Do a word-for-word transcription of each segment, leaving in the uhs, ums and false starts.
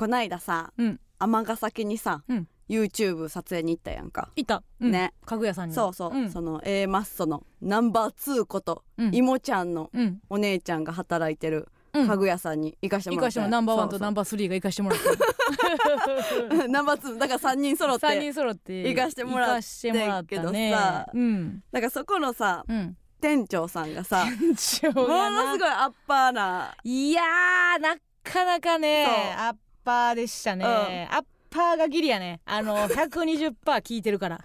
こないださうん尼崎にさ、 うん、 YouTube 撮影に行ったやんか。 いた、うん、 ね、 家具屋さんに。 そうそう、 うん、 その A マッソのナンバーツーこと、 うん、 いもちゃんのうんお姉ちゃんが働いてるうん、 家具屋さんに行かしてもらった行かしてもナンバーワンとナンバースリーが行かしてもらったナンバーツーだからさんにん揃ってさんにん揃って行かしてもらって行かしてもらったね。 けどさうん、 だからそこのさ、 うん、 店長さんがさ店長もがなのすごいアッパーな、 いやーなかなかねアッパーでしたね、うん、アッパーがギリやね。あの ひゃくにじゅっパーセント 聞いてるから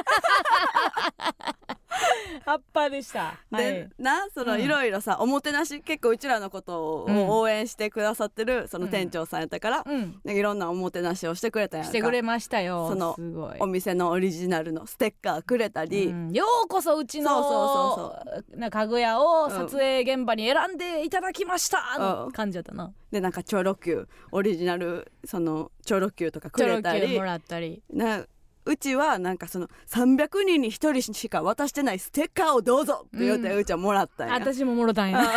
アッパーでした。 で、 はい、 なそのいろいろさおもてなし結構うちらのことを応援してくださってるその店長さんやったから、 うん、 いろんなおもてなしをしてくれたやんか。 してくれましたよ。 そのすごいお店のオリジナルのステッカーくれたり、 うん、ようこそうちのそうそうそうそうな家具屋を撮影現場に選んでいただきましたの感じだったな。 でなんかチョロ Q オリジナルそのチョロ Q とかくれたりチョロ Q もらったりな、うちはなんかそのさんびゃくにんにひとりしか渡してないステッカーをどうぞって言って、うん、うちはもらったんや。 私ももろたんや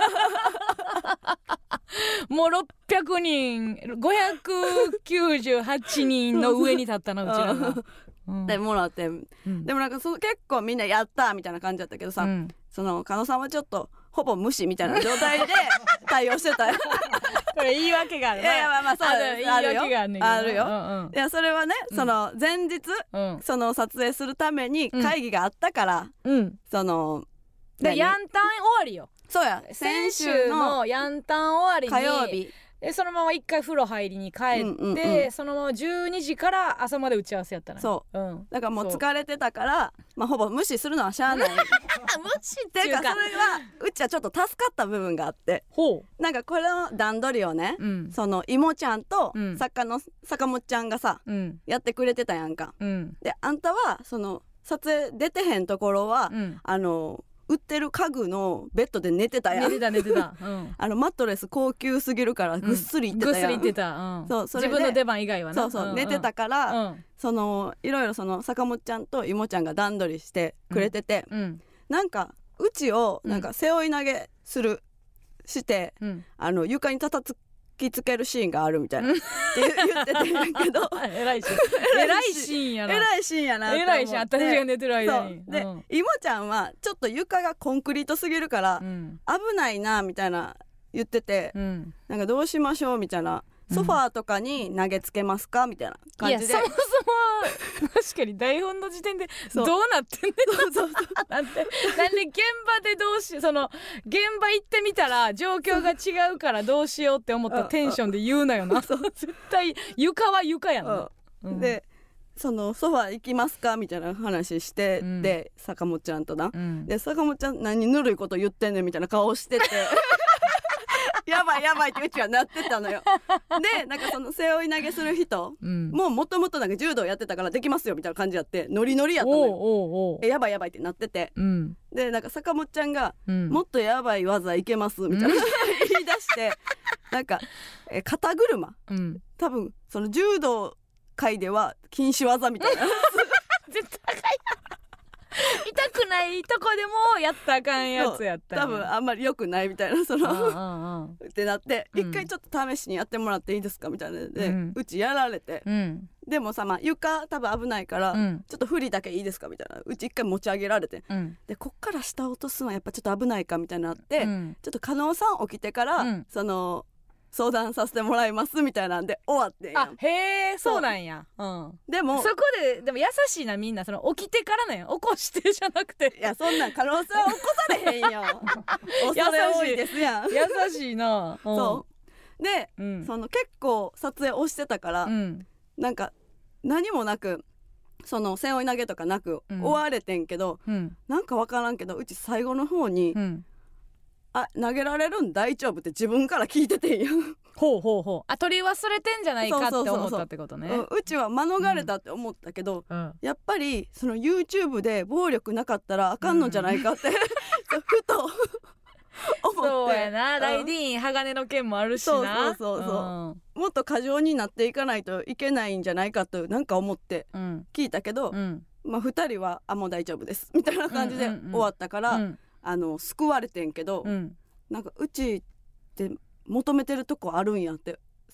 もうろっぴゃくにんごひゃくきゅうじゅうはちにんの上に立ったなうちらが、うん、 でもらって、うん、でもなんかそ結構みんなやったみたいな感じだったけどさ、うん、その加納さんはちょっとほぼ無視みたいな状態で対応してたよこれ言い訳があるね。 いやいやまあまあそう言い訳があるねんけどあるよ、 うんうん、 いやそれはね、うん、その前日、うん、その撮影するために会議があったから、うん、そのでヤンタン終わりよ。 そうや先週のヤンタン終わりに火曜日でそのまま一回風呂入りに帰って、うんうんうん、そのままじゅうにじから朝まで打ち合わせやったの。 そう、うん、だからもう疲れてたから、まあ、ほぼ無視するのはしゃあない無視っていうかそれはうちはちょっと助かった部分があって、ほうなんかこれの段取りをね、うん、そのいもちゃんと作家の坂本ちゃんがさ、うん、やってくれてたやんか、うん、であんたはその撮影出てへんところは、うん、あの売ってる家具のベッドで寝てたやん。 寝てた寝てた、うん、 あのマットレス高級すぎるからぐっすりいってたやん、 うん、ぐっすりいってた、うん、そうそれで自分の出番以外はねそうそう、うんうん、寝てたから、うん、そのいろいろその坂本ちゃんといもちゃんが段取りしてくれてて、うんうん、なんかうちをなんか背負い投げするして、うん、あの床に叩きつけるシーンがあるみたいなって言っててんけどえらいシーンえらいシーンやなえらいシーンやなって思って、 えらいシーン私が寝てる間にで、うん、いもちゃんはちょっと床がコンクリートすぎるから、うん、危ないなみたいな言ってて、うん、なんかどうしましょうみたいな、ソファーとかに投げつけますかみたいな感じで、 いやそもそも確かに台本の時点でどうなってんねんそうそうそうなんでなんで現場でどうしその現場行ってみたら状況が違うからどうしようって思ったテンションで言うなよな絶対床は床やな、 うん、でそのソファー行きますかみたいな話して、うん、で坂本ちゃんとな、うん、で坂本ちゃん何ぬるいこと言ってんねんみたいな顔しててやばいやばいってうちはなってたのよでなんかその背負い投げする人、うん、もうもともとなんか柔道やってたからできますよみたいな感じやってノリノリやったのよ。おうおうおうえやばいやばいってなってて、うん、でなんか坂本ちゃんが、うん、もっとやばい技いけますみたいな、うん、言い出してなんかえ肩車、うん、多分その柔道界では禁止技みたいな絶対痛くないとこでもやったらあかんやつやった多分あんまり良くないみたいなそのってなって、うん、一回ちょっと試しにやってもらっていいですかみたいなので、うん、うちやられて、うん、でもさ、まあ、床多分危ないから、うん、ちょっと振りだけいいですかみたいなうち一回持ち上げられて、うん、でこっから下落とすのはやっぱちょっと危ないかみたいになって、うん、ちょっと加納さん起きてから、うん、その相談させてもらいますみたいなんで終わってんやん。 あへえそうなんや、うん、 でもそこででも優しいなみんなその起きてからなんや起こしてじゃなくていやそんなん加納さん起こされへんよ恐れ多いですやん優しいな、うん、 そうで、うん、その結構撮影をしてたから、うん、なんか何もなくその背負い投げとかなく、うん、終われてんけど、うん、なんか分からんけどうち最後の方に、うんあ投げられるん大丈夫って自分から聞いててんやほうほうほうあ取り忘れてんじゃないかって思ったってことね。 そうそうそうそう、うちは免れたって思ったけど、うん、やっぱりその YouTube で暴力なかったらあかんのじゃないかって、うん、ふと思ってそうやな、うん、ライディーン鋼の剣もあるしなそうそうそうそう、うん、もっと過剰になっていかないといけないんじゃないかとなんか思って聞いたけど、うんまあ、ふたりはあもう大丈夫ですみたいな感じで終わったから、うんうんうんあの救われてんけど、うん、なんかうちって求めてるとこあるんやって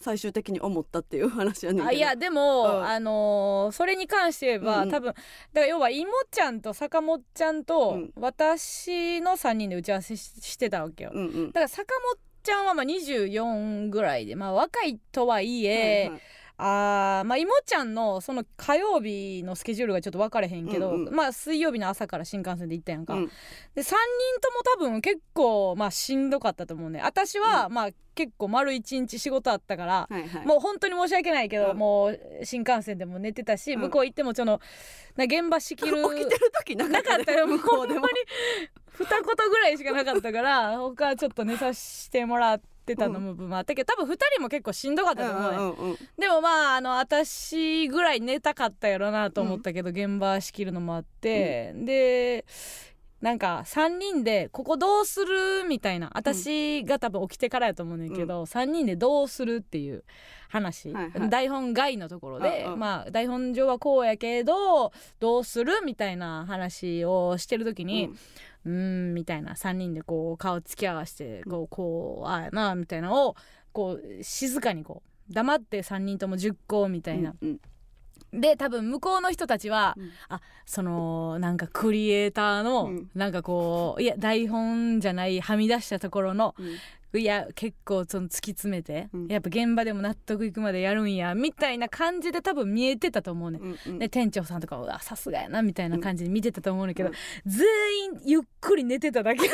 最終的に思ったっていう話やねんけど。 あいやでも、 うん、 あのー、それに関して言えば、うんうん、多分だから要はいもちゃんと坂本ちゃんと私のさんにんで打ち合わせ し, してたわけよ、うんうん、だから坂本ちゃんはまあにじゅうよんぐらいで、まあ、若いとはいえ、はいはい、あまあいもちゃんのその火曜日のスケジュールがちょっと分かれへんけど、うんうん、まあ水曜日の朝から新幹線で行ったやんか、うん、でさんにんとも多分結構まあしんどかったと思うね。私はまあ結構丸一日仕事あったから、はいはい、もう本当に申し訳ないけど、うん、もう新幹線でも寝てたし、うん、向こう行ってもちょっとな現場仕切る起きてる時なかったよ向こうでもほんまに二言ぐらいしかなかったから他ちょっと寝させてもらってたの部分もあったけど、多分ふたりも結構しんどかったと思うね、うんうんうん、でもまああの私ぐらい寝たかったやろなと思ったけど、うん、現場仕切るのもあって、うん、でなんかさんにんでここどうするみたいな、私が多分起きてからやと思うねんけど、うん、さんにんでどうするっていう話、はいはい、台本外のところで、うんうん、まあ台本上はこうやけどどうするみたいな話をしてる時に、うんうーんみたいなさんにんでこう顔突き合わせてこうこうああやなみたいなのをこう静かにこう黙ってさんにんともじゅっこみたいな、うんうん、で多分向こうの人たちは、うん、あそのなんかクリエイターの、うん、なんかこういや台本じゃないはみ出したところの、うんいや結構その突き詰めて、うん、やっぱ現場でも納得いくまでやるんやみたいな感じで多分見えてたと思うね、うんうん、で店長さんとかはさすがやなみたいな感じで見てたと思うねんけど、うん、全員ゆっくり寝てただけだと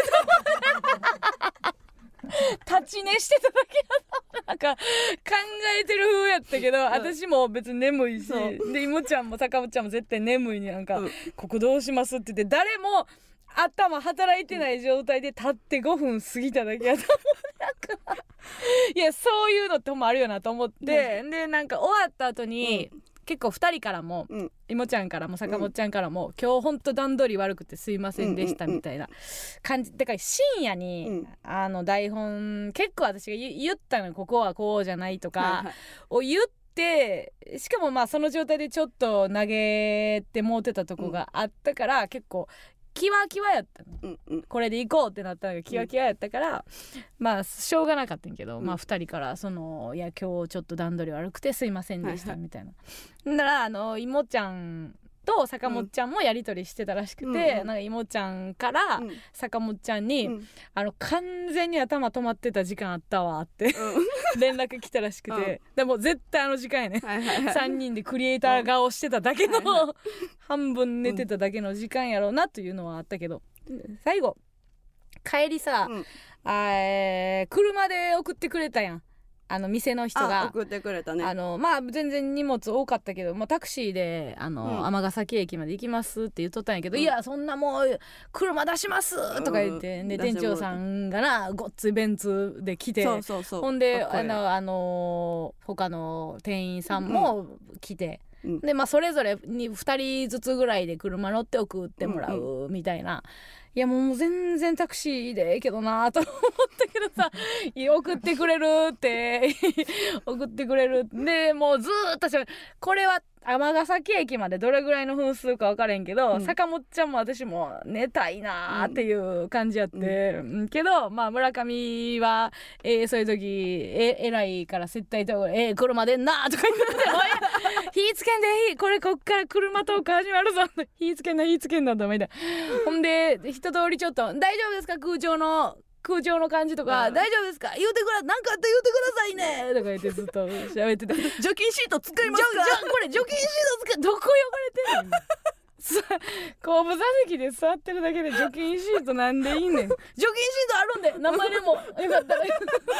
思う立ち寝してただけだとなんか考えてる風やったけど、うん、私も別に眠いしでいもちゃんも坂本ちゃんも絶対眠いになんか、うん、ここどうしますって言って誰も頭働いてない状態で立ってごふん過ぎただけやと思うなんかいやそういうのってほんまあるよなと思って、うん、でなんか終わった後に、うん、結構ふたりからも、うん、いもちゃんからも坂本ちゃんからも、うん、今日ほんと段取り悪くてすいませんでしたみたいな感じだから深夜に、うん、あの台本結構私が言ったのここはこうじゃないとか、はいはい、を言ってしかもまあその状態でちょっと投げてもうてたとこがあったから、うん、結構キワキワやったの、うんうん、これで行こうってなったのがキワキワやったから、うん、まあしょうがなかったんけど、うん、まあふたりからそのいや今日ちょっと段取り悪くてすいませんでしたみたいな、はいはい、だからあのいもちゃんと坂本ちゃんもやり取りしてたらしくて、うん、なんかいもちゃんから坂本ちゃんに、うん、あの完全に頭止まってた時間あったわって、うん、連絡来たらしくて、うん、でも絶対あの時間やね、はいはいはい、さんにんでクリエイター顔してただけの、うんはいはい、半分寝てただけの時間やろうなというのはあったけど、うん、最後帰りさ、うん、あー車で送ってくれたやんあの店の人が送ってくれたね。 あのまあ全然荷物多かったけど、まあ、タクシーであの尼、うん、崎駅まで行きますって言っとったんやけど、うん、いやそんなもう車出しますとか言って、うん、で店長さんがなごっついベンツで来て、そうそうそうほんであの、あの他の店員さんも来て、うん、でまあそれぞれにふたりずつぐらいで車乗って送ってもらうみたいな、うんうんいやもう全然タクシーでええけどなと思ったけどさ送ってくれるって送ってくれるでもうずーっとこれは尼崎駅までどれぐらいの分数か分からへんけど、うん、坂本ちゃんも私も寝たいなっていう感じやって、うん、けどまあ村上は、えー、そういう時え偉いから接待とえー、車でんなとか言って火つけんでいいこれこっから車トーク始まるぞ火つけんな火つけんなと思いたほんで一通りちょっと大丈夫ですか空調の空調の感じとか、うん、大丈夫ですか言うてくだなんかあって言うてくださいねとか言ってずっと喋ってて除菌シート使いますかこれ除菌シート使いどこ汚れてんの後部座席で座ってるだけで除菌シートなんでいいねん除菌シートあるんで名前でもよかったらどういう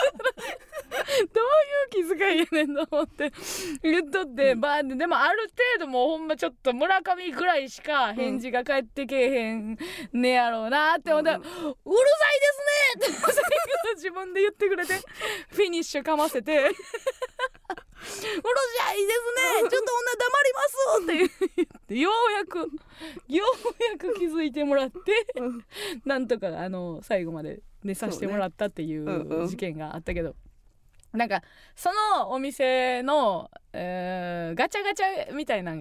気遣いやねんと思って言っとって、うん、バーンででもある程度もうほんまちょっと村上ぐらいしか返事が返ってけえへんねやろうなって思ったら、うん、うるさいですねって最後自分で言ってくれてフィニッシュかませてうるさいですねちょっと女黙りますって言ってようやくようやく気づいてもらって、うん、なんとかあの最後まで寝させてもらったっていう事件があったけど、なんかそのお店の、えー、ガチャガチャみたいなのが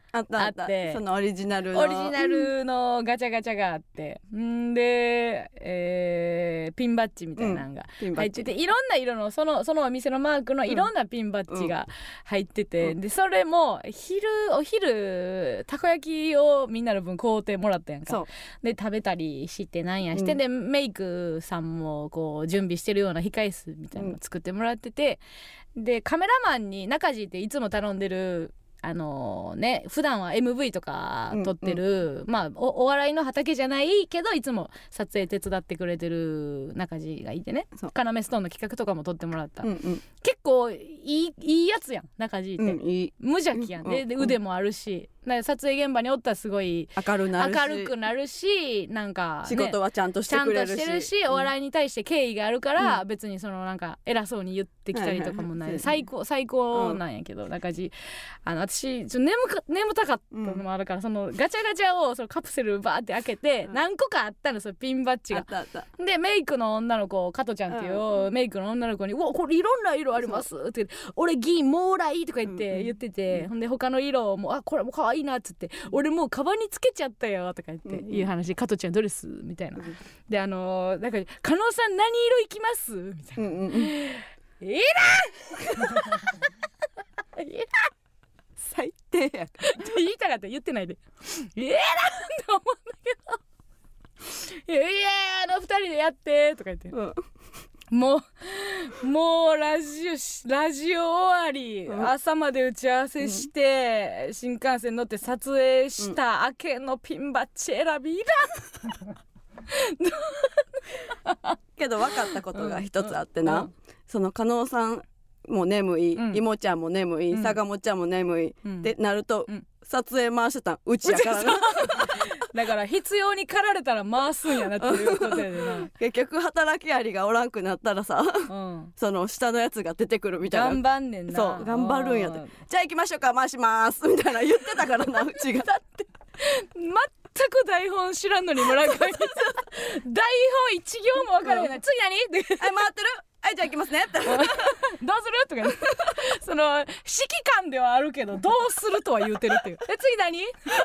あったあった、そのオリジナルのオリジナルのガチャガチャがあってんで、えー、ピンバッジみたいなのが入ってて、うん、いろんな色のそのそのお店のマークのいろんなピンバッジが入ってて、うん、でそれも昼お昼たこ焼きをみんなの分買うてもらったやんか。で食べたりしてなんやして、うん、でメイクさんもこう準備してるような控え室みたいなの作ってもらってて、うん、でカメラマンに中地っていつも頼んでるあのね、普段は エムブイ とか撮ってる、うんうん、まあ お, お笑いの畑じゃないけどいつも撮影手伝ってくれてる中地がいてね、カナメストーンの企画とかも撮ってもらった、うんうん、結構いい, いいやつやん中地って、うん、いい無邪気やん、うん、で, で腕もあるし、撮影現場におったらすごい明るなるし明るくなるし、なんか、ね、 仕事はちゃんとしてくれるし、 ちゃんとしてるし、お笑いに対して敬意があるから、うん、別にそのなんか偉そうに言ってきたりとかもない、はいはいはい、最高最高なんやけど、うん、中地あの私ちょ眠か眠たかったのもあるから、うん、そのガチャガチャをそのカプセルバーって開けて、うん、何個かあったの、そのピンバッジが。 あったあった。 でメイクの女の子加トちゃんっていう、うん、メイクの女の子に「うわこれいろんな色あります」って「俺銀もうらい」とか言って、うん、言ってて、うん、ほんで他の色も「あこれも可愛いな」っつって「俺もうカバンにつけちゃったよ」とか言って、うん、いう話、加トちゃんドレスみたいな、うん、であのー、なんか「加納さん何色いきます?」みたいな、うんうんうん、いらんいらん最低や言いたかった、言ってないでいやーなんて思うんだけど、いやいやあの二人でやってとか言って、うん、もうもうラジオラジオ終わり、うん、朝まで打ち合わせして、うん、新幹線乗って撮影した明けのピンバッジ選びいらんけど分かったことが一つあってな、うんうん、その加納さんもう眠い、うん、妹ちゃんも眠い、うん、坂本ちゃんも眠い、うん、ってなると、うん、撮影回してたんうちやからなだから必要に駆られたら回すんやなっていうことやでな結局働きアリがおらんくなったらさ、うん、その下のやつが出てくるみたいな。 頑張んねんな。 そう頑張るんやって。じゃあ行きましょうか回しますみたいな言ってたからなうちがだって全く台本知らんのに村上台本一行も分からへんない、うん、次何ってはい回ってるはいじゃあ行きますねどうするとかその指揮官ではあるけどどうするとは言うてるっていうえ次何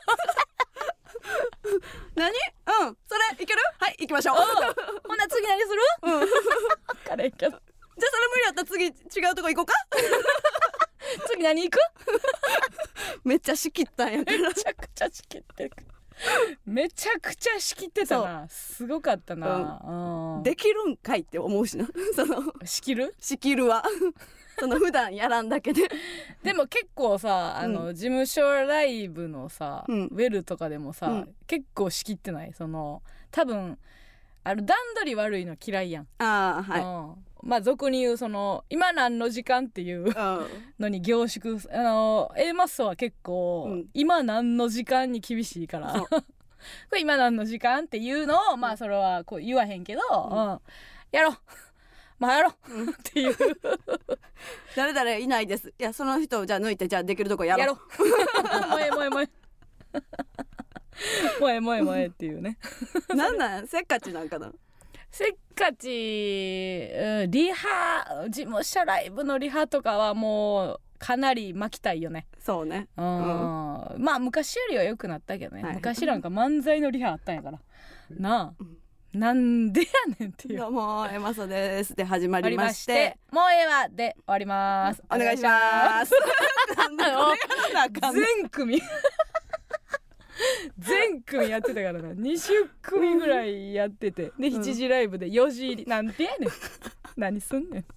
何うんそれいけるはい行きましょうほんな次何するうん分からへんけどじゃあそれ無理だったら次違うとこ行こうか次何行くめっちゃ仕切ったんやからめちゃくちゃ仕切ってるめちゃくちゃ仕切ってたな。すごかったな、 うんうん、できるんかいって思うしなその仕切る仕切るはその普段やらんだけででも結構さあの、うん、事務所ライブのさ、うん、ウェルとかでもさ、うん、結構仕切ってないその多分あの段取り悪いの嫌いやん。 あ、はい、 うん、まあ俗に言うその今何の時間っていうのに凝縮あの A マッソは結構、うん、今何の時間に厳しいからこれ今何の時間っていうのをまあそれはこう言わへんけど、うんうん、やろうまあやろう、うん、っていう誰々いないですいやその人をじゃあ抜いてじゃあできるとこやろうやろうもえもえもえもえもえもえっていうねなんなんせっかちなんかなせっかち、うん、リハ事務所ライブのリハとかはもうかなり巻きたいよね。 そうね、 うん、うん、まあ昔よりは良くなったけどね、はい、昔なんか漫才のリハあったんやからなあ、うん、なんでやねんっていう。 どうもエマソですで始まりましてもうええわで終わります。 お願いしますなんでこれやらなあかんねん全組全組やってたからなにじゅっくみぐらいやっててでしちじライブでよじ入りなんてやねん何すんねん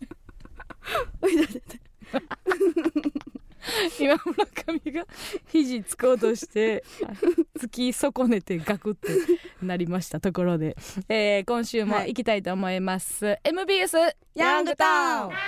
今村上が肘つこうとして突き損ねてガクってなりましたところで、えー、今週も行きたいと思います、はい、エムビーエス ヤングタウン。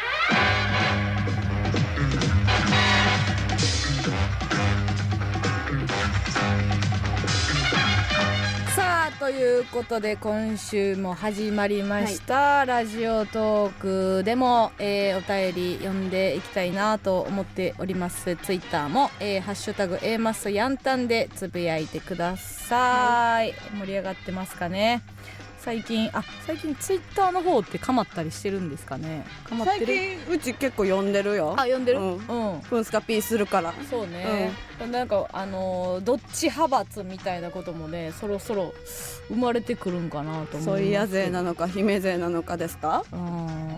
ということで今週も始まりました、はい、ラジオトークでも、えー、お便り読んでいきたいなと思っております。ツイッターも、えー、ハッシュタグ A マスヤンタンでつぶやいてください、はい、盛り上がってますかね。 最近あ最近ツイッターの方ってかまったりしてるんですかね。かまってる。 最近うち結構読んでるよ。 あ読んでる。 うん。 うん、 プンスカピーするから。 そうね、うん、なんかあのー、どっち派閥みたいなこともねそろそろ生まれてくるんかなと思います。 ソイヤ勢なのか姫勢なのかですか。 うん、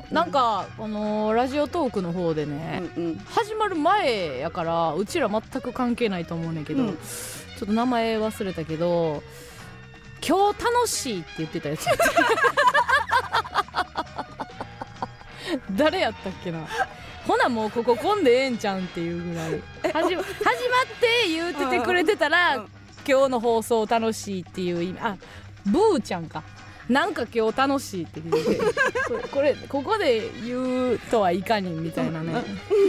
なんか、うん、このラジオトークの方でね、うんうん、始まる前やからうちら全く関係ないと思うねんけど、うん、ちょっと名前忘れたけど今日楽しいって言ってたやつ誰やったっけな。ほなもうここ混んでええんちゃうんっていうぐらい始ま, 始まって言うててくれてたら、うん、今日の放送楽しいっていう意味。あブーちゃんかなんか今日楽しいって言ってこれ, これここで言うとはいかにみたいなね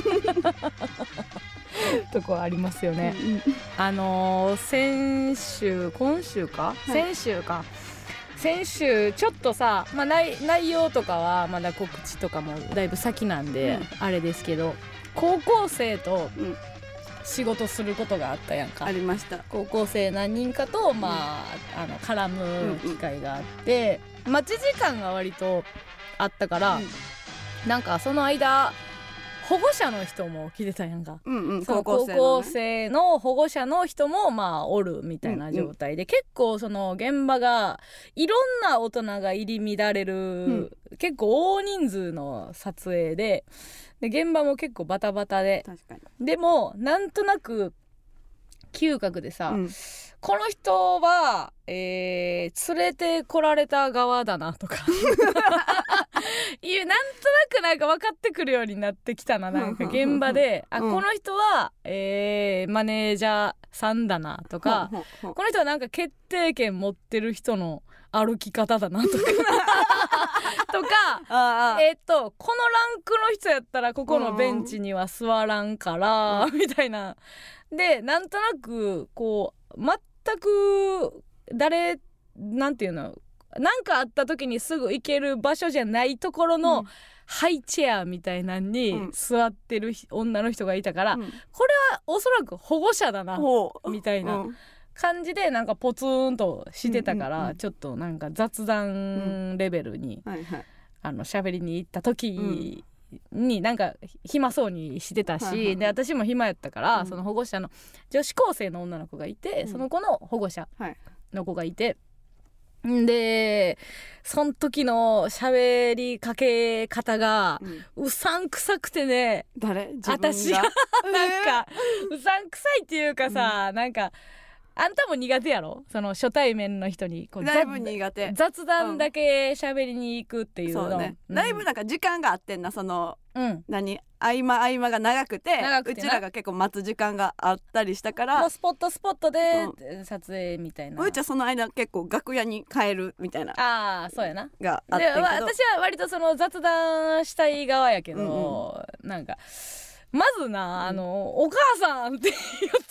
とこありますよね。あのー、先週今週か、はい、先週か先週ちょっとさ、まあ、内, 内容とかはまだ告知とかもだいぶ先なんで、うん、あれですけど高校生と仕事することがあったやんか、 うん、ありました。 高校生何人かと、まあ、あの絡む機会があって、うんうん、待ち時間が割とあったから、うん、なんかその間保護者の人も来てたやんか、うんうん、その高校生の保護者の人もまあおるみたいな状態で、うんうん、結構その現場がいろんな大人が入り乱れる、うん、結構大人数の撮影 で, で現場も結構バタバタで、 確かに。 でもなんとなく嗅覚でさ、うん、この人は、えー、連れてこられた側だなとかいうなんとなくなんか分かってくるようになってきたな。なんか現場であ、うん、この人は、えー、マネージャーさんだなとかこの人はなんか決定権持ってる人の歩き方だなとかとかああえっとこのランクの人やったらここのベンチには座らんから、うん、みたいなでなんとなくこう全く誰なんていうのなんかあった時にすぐ行ける場所じゃないところのハイチェアみたいなのに座ってる女の人がいたから、うん、これはおそらく保護者だなみたいな感じでなんかポツンとしてたから、うんうんうん、ちょっとなんか雑談レベルに、うんはいはい、あの喋りに行った時になんか暇そうにしてたし、はいはいはい、で私も暇やったから、うん、その保護者の女子高生の女の子がいて、うん、その子の保護者の子がいて、んでその時の喋りかけ方が、うん、うさんくさくてね。 誰？自分が私がなんかうさんくさいっていうかさ、うん、なんかあんたも苦手やろその初対面の人にこうだいぶ苦手。 雑談だけ喋りに行くっていうの、うんそうねうん、だいぶなんか時間があってんなその、うん、何合間合間が長くて長くてうちらが結構待つ時間があったりしたからもうスポットスポットで撮影みたいな、 うちはその間結構楽屋に帰るみたいなああそうやながあってんけどで、 私は割とその雑談したい側やけど、うんうん、なんかまずな、あの、うん、お母さんって言って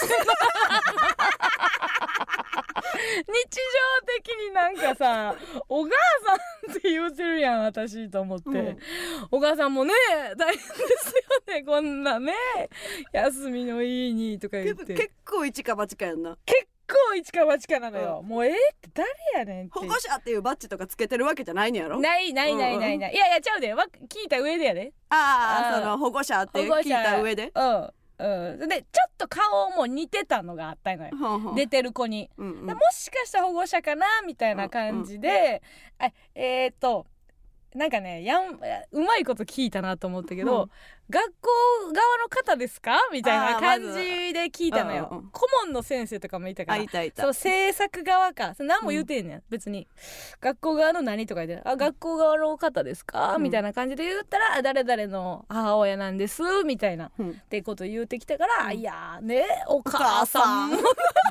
日常的になんかさお母さんって言うてるやん私と思って、うん、お母さんもね大変ですよねこんなね休みのいいにとか言って結構一か八かやんな。 結構一か八かなのよ、うん、もうえー、って誰やねんって保護者っていうバッジとかつけてるわけじゃないんやろ。 ないないないないない、うんうん、いやいやちゃうで聞いた上でやでああその保護者って聞いた上でうんうん、でちょっと顔も似てたのがあったのよ、ほんほん出てる子に、うんうん、もしかしたら保護者かなみたいな感じで、うんうん、あえー、っとなんかねやんうまいこと聞いたなと思ったけど、うん、学校側の方ですかみたいな感じで聞いたのよ、まうんうん、顧問の先生とかもいたからいたいたその制作側かそ何も言うてんねん、うん、別に学校側の何とか言ってあ学校側の方ですか、うん、みたいな感じで言ったら誰々の母親なんですみたいな、うん、ってこと言うてきたから、うん、いやーねお母さん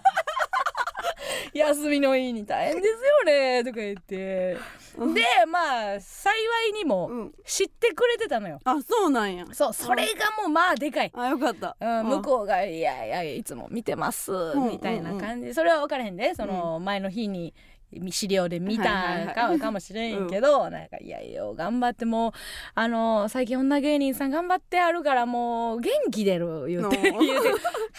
休みのいいに大変ですよねとか言って、うん、でまあ幸いにも知ってくれてたのよ、 うん、あそうなんや。 そうそれがもうまあでかい。 あよかった、 うん、向こうがいやいやいつも見てます、うん、みたいな感じ、うん、それは分からへんでその前の日に資料で見たかかもしれんけど、はいはいはい、なんかいやいや頑張ってもうあの最近女芸人さん頑張ってあるからもう元気出る言うて言うて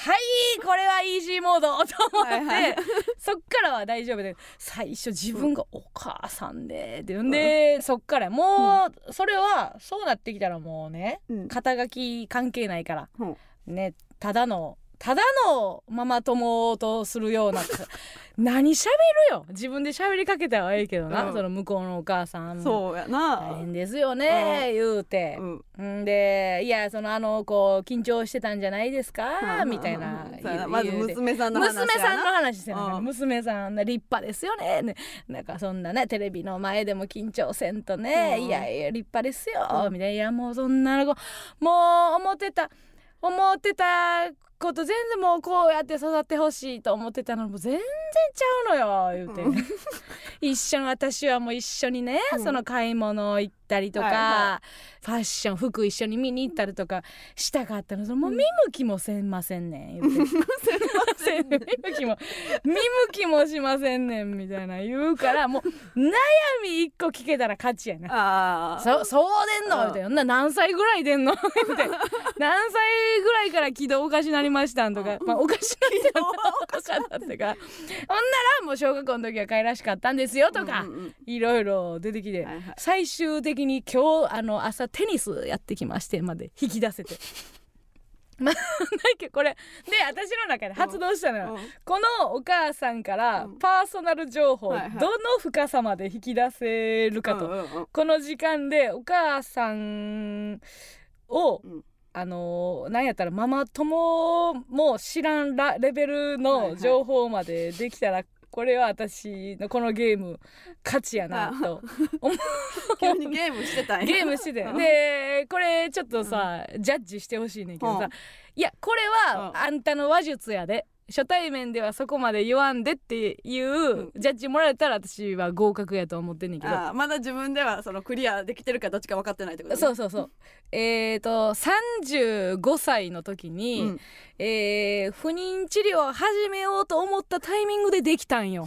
はいこれはイージーモードと思って、はいはい、そっからは大丈夫で最初自分がお母さんでで、うん、でそっからもうそれはそうなってきたらもうね、うん、肩書き関係ないから、うん、ねただのただのママ友とするような何喋るよ自分で喋りかけたらいいけどな、うん、その向こうのお母さんそうやな大変ですよね、うん、言うて、うん、んでいやそのあの子緊張してたんじゃないですか、うん、みたいな、 うん、まず娘さんの話娘さんの話してな、うん、娘さん立派ですよ ね, ねなんかそんなねテレビの前でも緊張せんとね、うん、いやいや立派ですよ、うん、みたいないやもうそんな子もう思ってた思ってたこと全然もうこうやって育ってほしいと思ってたのも全然ちゃうのよ言うて、うん、一緒に私はもう一緒にね、うん、その買い物行ったりとか、はいはい、ファッション服一緒に見に行ったりとかしたかったのそのもう見向きもせんませんねん言うて、うん、見向きも見向きもしませんねんみたいな言うからもう悩み一個聞けたら勝ちやなあそそう出んのみたいな何歳ぐらい出んのみたいな何歳ぐらいから軌道おかしなりましたんとか、まあ、おかしなっておかしなってかほんならもう小学校の時は可愛らしかったんですよとか、うんうん、いろいろ出てきて、はいはい、最終的に今日あの朝テニスやってきましてまで引き出せてまあなんかこれで私の中で発動したのよ、うん、このお母さんからパーソナル情報、うん、どの深さまで引き出せるかと、はいはい、この時間でお母さんを、うんあのー、なんやったらママ友も知らんレベルの情報までできたら、はいはい、これは私のこのゲーム勝ちやなと急にゲームしてたんやゲームしててでこれちょっとさ、うん、ジャッジしてほしいねんけどさ、うん、いやこれはあんたの話術やで初対面ではそこまで言わんでっていうジャッジもらえたら私は合格やと思ってんねんけど、 あまだ自分ではそのクリアできてるかどっちか分かってないってことね。 そうそうそうえーとさんじゅうごさいの時に、うんえー、不妊治療を始めようと思ったタイミングでできたんよ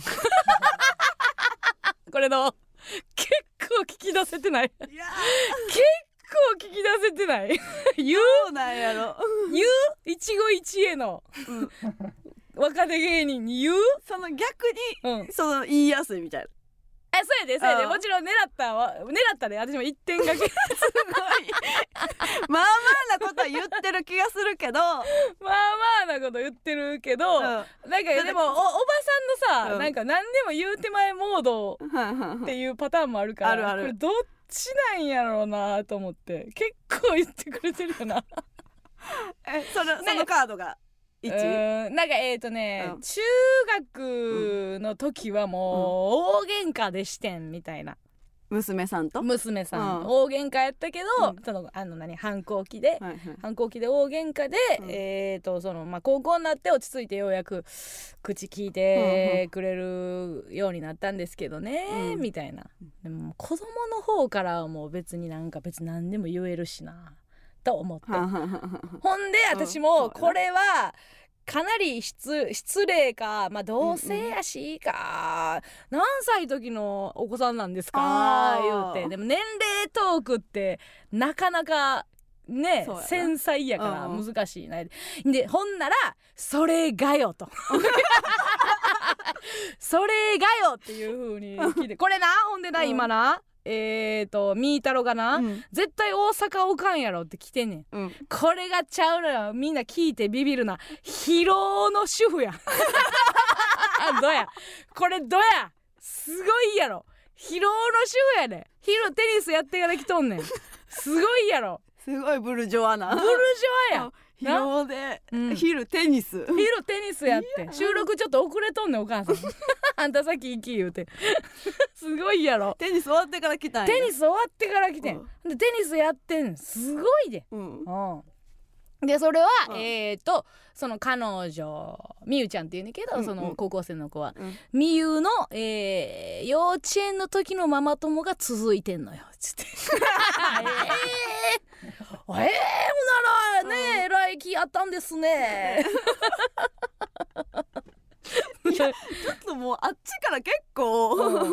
これの結構聞き出せてないいや結構聞き出せてない言うそうなんやろ言う一期一会の、うん若手芸人に言うその逆に、うん、その言いやすいみたいなえそうやでそうやでもちろん狙ったわ狙ったで私も一点がけすごいまあまあなことは言ってる気がするけどまあまあなこと言ってるけど、うん、なんかでも お, おばさんのさ、うん、なんか何でも言うてまえモードっていうパターンもあるからあるあるこれどっちなんやろうなと思って結構言ってくれてるよなえ そ, のそのカードがうーんなんかえーとね、うん、中学の時はもう大喧嘩でしてんみたいな、 娘さんと娘さん、うん、大喧嘩やったけど、うん、そのあの何反抗期で、はいはい、反抗期で大喧嘩で、うん、えーとそのまあ高校になって落ち着いてようやく口聞いてくれるようになったんですけどね、うん、みたいなでも子供の方からはもう別になんか別に何でも言えるしなと思ってほんで私もこれはかなり 失, 失礼か、まあ、同性やしか、うんうん、何歳時のお子さんなんですか言うてでも年齢トークってなかなかね繊細やから難しいな、うん、でほんならそれがよとそれがよっていう風に聞いてこれなほんでな、うん、今なえーとみーたろがな、うん、絶対大阪おかんやろって来てんねん、うん、これがちゃうのよみんな聞いてビビるな疲労の主婦やあどやこれどやすごいやろ疲労の主婦やでヒロテニスやってから来とんねんすごいやろすごいブルジョアなブルジョアや疲労で、うん、昼テニス昼テニスやって収録ちょっと遅れとんねんお母さんあんたさっき行き言うてすごいやろテニス終わってから来たんやテニス終わってから来てん、うん、でテニスやってんすごいで、うんうん、でそれは、うん、えーとその彼女みゆちゃんっていうんだけど、うん、その高校生の子は、うん、みゆの、えー、幼稚園の時のママ友が続いてんのよつってえーえー、ほんならね、うん、えらい気あったんですねいやちょっともうあっちから結構、うん、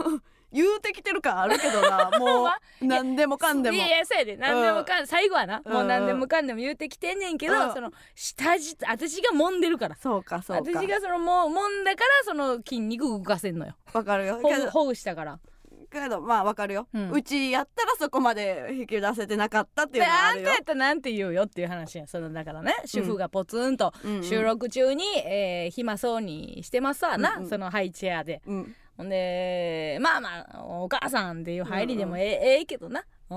言うてきてる感あるけどなもう何でもかんでもいやいやそうやで何でもかん、うん、最後はな、うん、もう何でもかんでも言うてきてんねんけど、うん、その下地私が揉んでるからそうかそうか私がそのも揉んだからその筋肉動かせんのよわかるよほぐほぐしたからけどまあわかるよ、うん、うちやったらそこまで引き出せてなかったっていうのはあるよ。 あんたやったらなんて言うよっていう話やそのだからね主婦がポツンと収録中に、うんえー、暇そうにしてますわな、うんうん、そのハイチェアで、うん、ほんでまあまあお母さんっていう入りでもええ、うんうん、ええけどな、うん、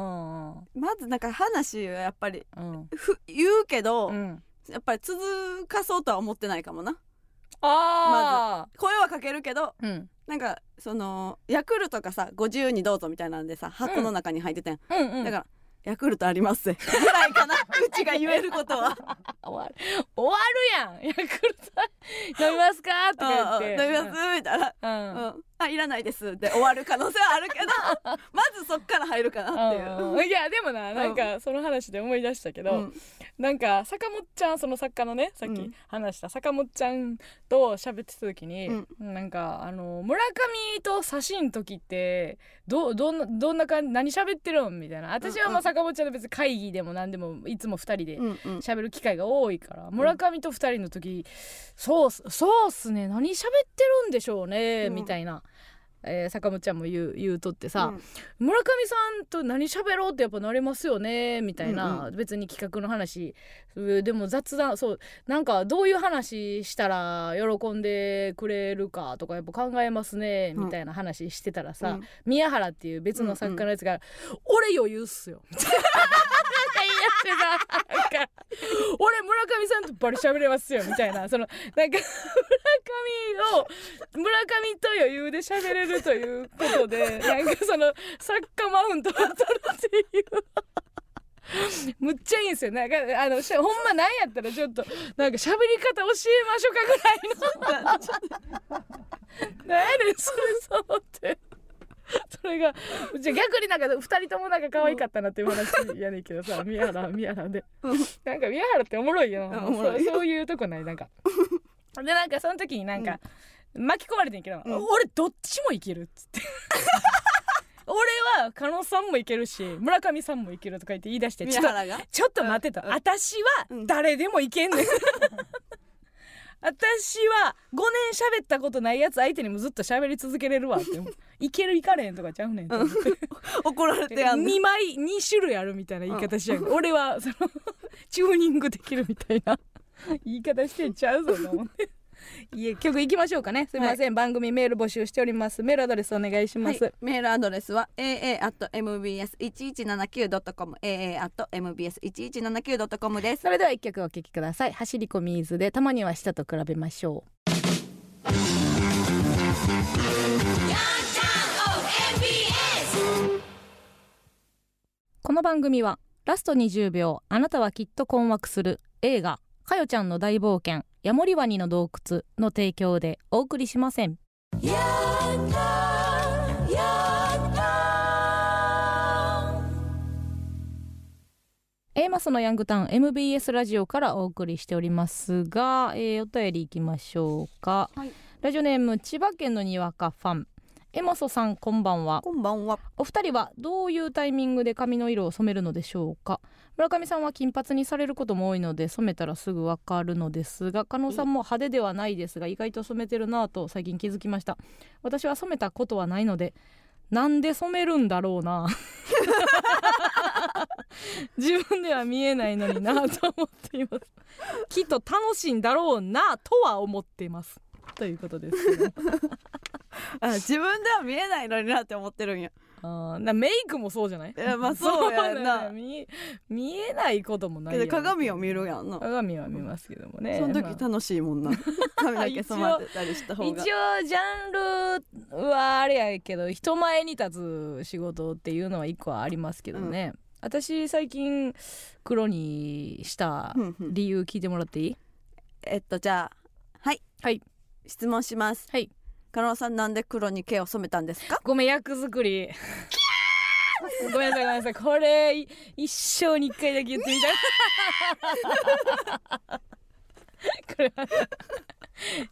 まずなんか話はやっぱり、うん、ふ言うけど、うん、やっぱり続かそうとは思ってないかもな。 あまず声はかけるけど、うん、なんかそのヤクルトがさご自由にどうぞみたいなんでさ箱の中に入っててん、うんうんうん、だからヤクルトありますぜぐらいかなうちが言えることは終わる終わるやんヤクルト飲みますかとか言って飲みます、うん、みたいな、うんうん、あいらないですで終わる可能性はあるけどまずそっから入るかなっていう、 うん、いやでもななんかその話で思い出したけど、うん、なんか坂本ちゃんその作家のねさっき話した坂本ちゃんと喋ってた時に、うん、なんかあの村上と写真時ってど, どんなどんな感じ何喋ってるんみたいな私はまあ坂本ちゃんの別に会議でも何でもいつもふたりで喋る機会が多いから、うん、村上とふたりの時そうそうっすね何喋ってるんでしょうね、うん、みたいな、えー、坂本ちゃんも言う、言うとってさ、うん、村上さんと何喋ろうってやっぱなれますよねみたいな、うんうん、別に企画の話でも雑談そうなんかどういう話したら喜んでくれるかとかやっぱ考えますねみたいな話してたらさ、うん、宮原っていう別の作家のやつが、うんうん、俺余裕っすよ俺村上さんとバリ喋れますよみたいなそのなんか村上を村上と余裕で喋れるということでなんかその作家マウントを取るっていうむっちゃいいんですよなんかあのほんまなんやったらちょっとなんか喋り方教えましょうかぐらいの何やねんそれそうってそれがじゃ逆になんかふたりともなんか可愛かったなっていう話やねんけどさ宮原宮原でなんか宮原っておもろいよな、うん、そう、そういうとこないなんかでなんかその時になんか、うん、巻き込まれてんけど、うん、俺どっちもいけるっつって俺は加納さんもいけるし村上さんもいけるとか言って言い出してちょっとちょっと待ってと、うん、私は誰でもいけんねん私はごねん喋ったことないやつ相手にもずっと喋り続けれるわっていけるいかれんとかちゃうねんと思って怒られてやんのにまいに種類あるみたいな言い方しやん、うん、俺はそのチューニングできるみたいな言い方してんちゃうぞと思っていえ曲いきましょうかねすいません、はい、番組メール募集しておりますメールアドレスお願いします、はい、 メールアドレスは エーエー アット エムビーエス いちいちななきゅう ドット コム エーエー アット エムビーエス いちいちななきゅう ドット コム です。 それでは一曲お聴きください。走り込みーずでたまには舌と比べましょう。この番組はラストにじゅうびょうあなたはきっと困惑する映画かよちゃんの大冒険ヤモリワニの洞窟の提供でお送りしません。やったやった A マスのヤングタウン エムビーエス ラジオからお送りしておりますが、えー、お便りいきましょうか、はい、ラジオネーム千葉県のにわかファンエモソさんこんばんは。 こんばんは。 お二人はどういうタイミングで髪の色を染めるのでしょうか。村上さんは金髪にされることも多いので染めたらすぐわかるのですが加納さんも派手ではないですが意外と染めてるなぁと最近気づきました。私は染めたことはないのでなんで染めるんだろうな自分では見えないのになと思っていますきっと楽しいんだろうなとは思っていますということです、ねあ自分では見えないのになって思ってるんや。 あなメイクもそうじゃない？いやまあそうやな見, 見えないこともないやん。 鏡を見るやんな。 鏡は見ますけどもね、 その時楽しいもんな髪だけ染まってたりした方が一応ジャンルはあれやけど人前に立つ仕事っていうのはいっこはありますけどね、うん、私最近黒にした理由聞いてもらっていい？ えっとじゃあはいはい質問します。 はい加納さんなんで黒に毛を染めたんですか？ ごめん役作りごめんなさいごめんなさいこれ一生に一回だけ言ってみたいこれ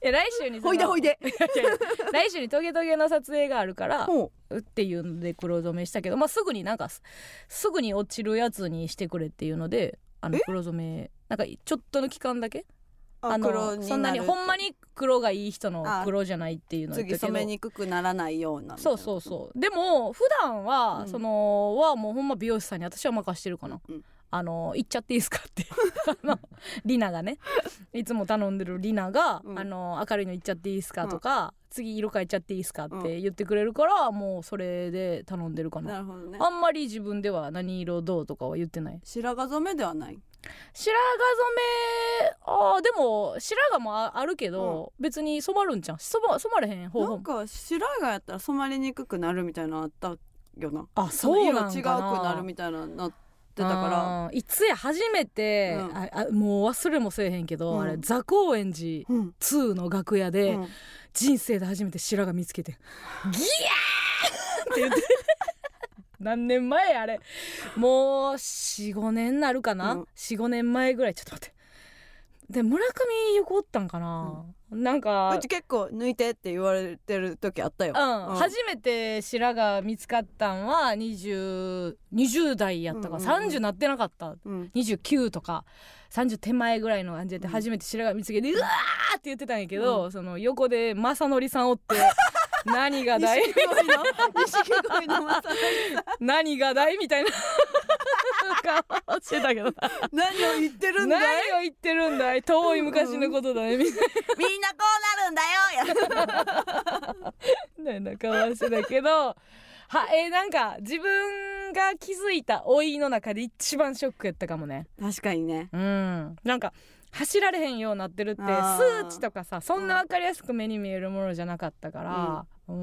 いや来週にそのほいでほいでいやいや来週にトゲトゲの撮影があるからっていうので黒染めしたけど、まあ、すぐになんかすぐに落ちるやつにしてくれっていうのであの黒染めなんかちょっとの期間だけあの黒になるそんなにほんまに黒がいい人の黒じゃないっていうのを言ったけど次染めにくくならないようなそうそうそうでも普段は、うん、そのはもうほんま美容師さんに私は任してるかな、うんあの行っちゃっていいですかってリナがねいつも頼んでるリナが、うん、あの明るいの行っちゃっていいですかとか、うん、次色変えちゃっていいですかって言ってくれるから、うん、もうそれで頼んでるかな。なるほどね。あんまり自分では何色どうとかは言ってない。 白髪染めではない。 白髪染めあでも白髪もあるけど、うん、別に染まるんじゃん染ま、染まれへん方法なんか白髪やったら染まりにくくなるみたいなのあったよな。 あそうなんかな色違うくなるみたいなのなってたからいつや初めて、うん、ああもう忘れもせえへんけど、うん、あれザ・高円寺ツーの楽屋で、うん、人生で初めて白髪見つけて、うん、ギヤーって言って何年前あれもう よん,ご 年なるかな、うん、よん,ご 年前ぐらいちょっと待ってで村上横おったんかな、うん、なんかうち結構抜いてって言われてる時あったよ、 うんうん、初めて白髪見つかったんはにじゅう、にじゅう代やったから、うんうんうん、さんじゅうなってなかった、うん、にじゅうきゅうとかさんじゅう手前ぐらいの感じで初めて白髪見つけて、うん、うわーって言ってたんやけど、うん、その横で正則さんおって何がだい錦鯉の錦鯉の正則さん何がだいみたいな顔してたけど何を言ってるんだい何を言ってるんだい遠い昔のことだね、うん、みんなみんなこうなるんだよやな顔してたけどはえー、なんか自分が気づいた老いの中で一番ショックやったかもね。 確かにね。 うんなんか走られへんようになってるって数値とかさそんな分かりやすく目に見えるものじゃなかったから、うん、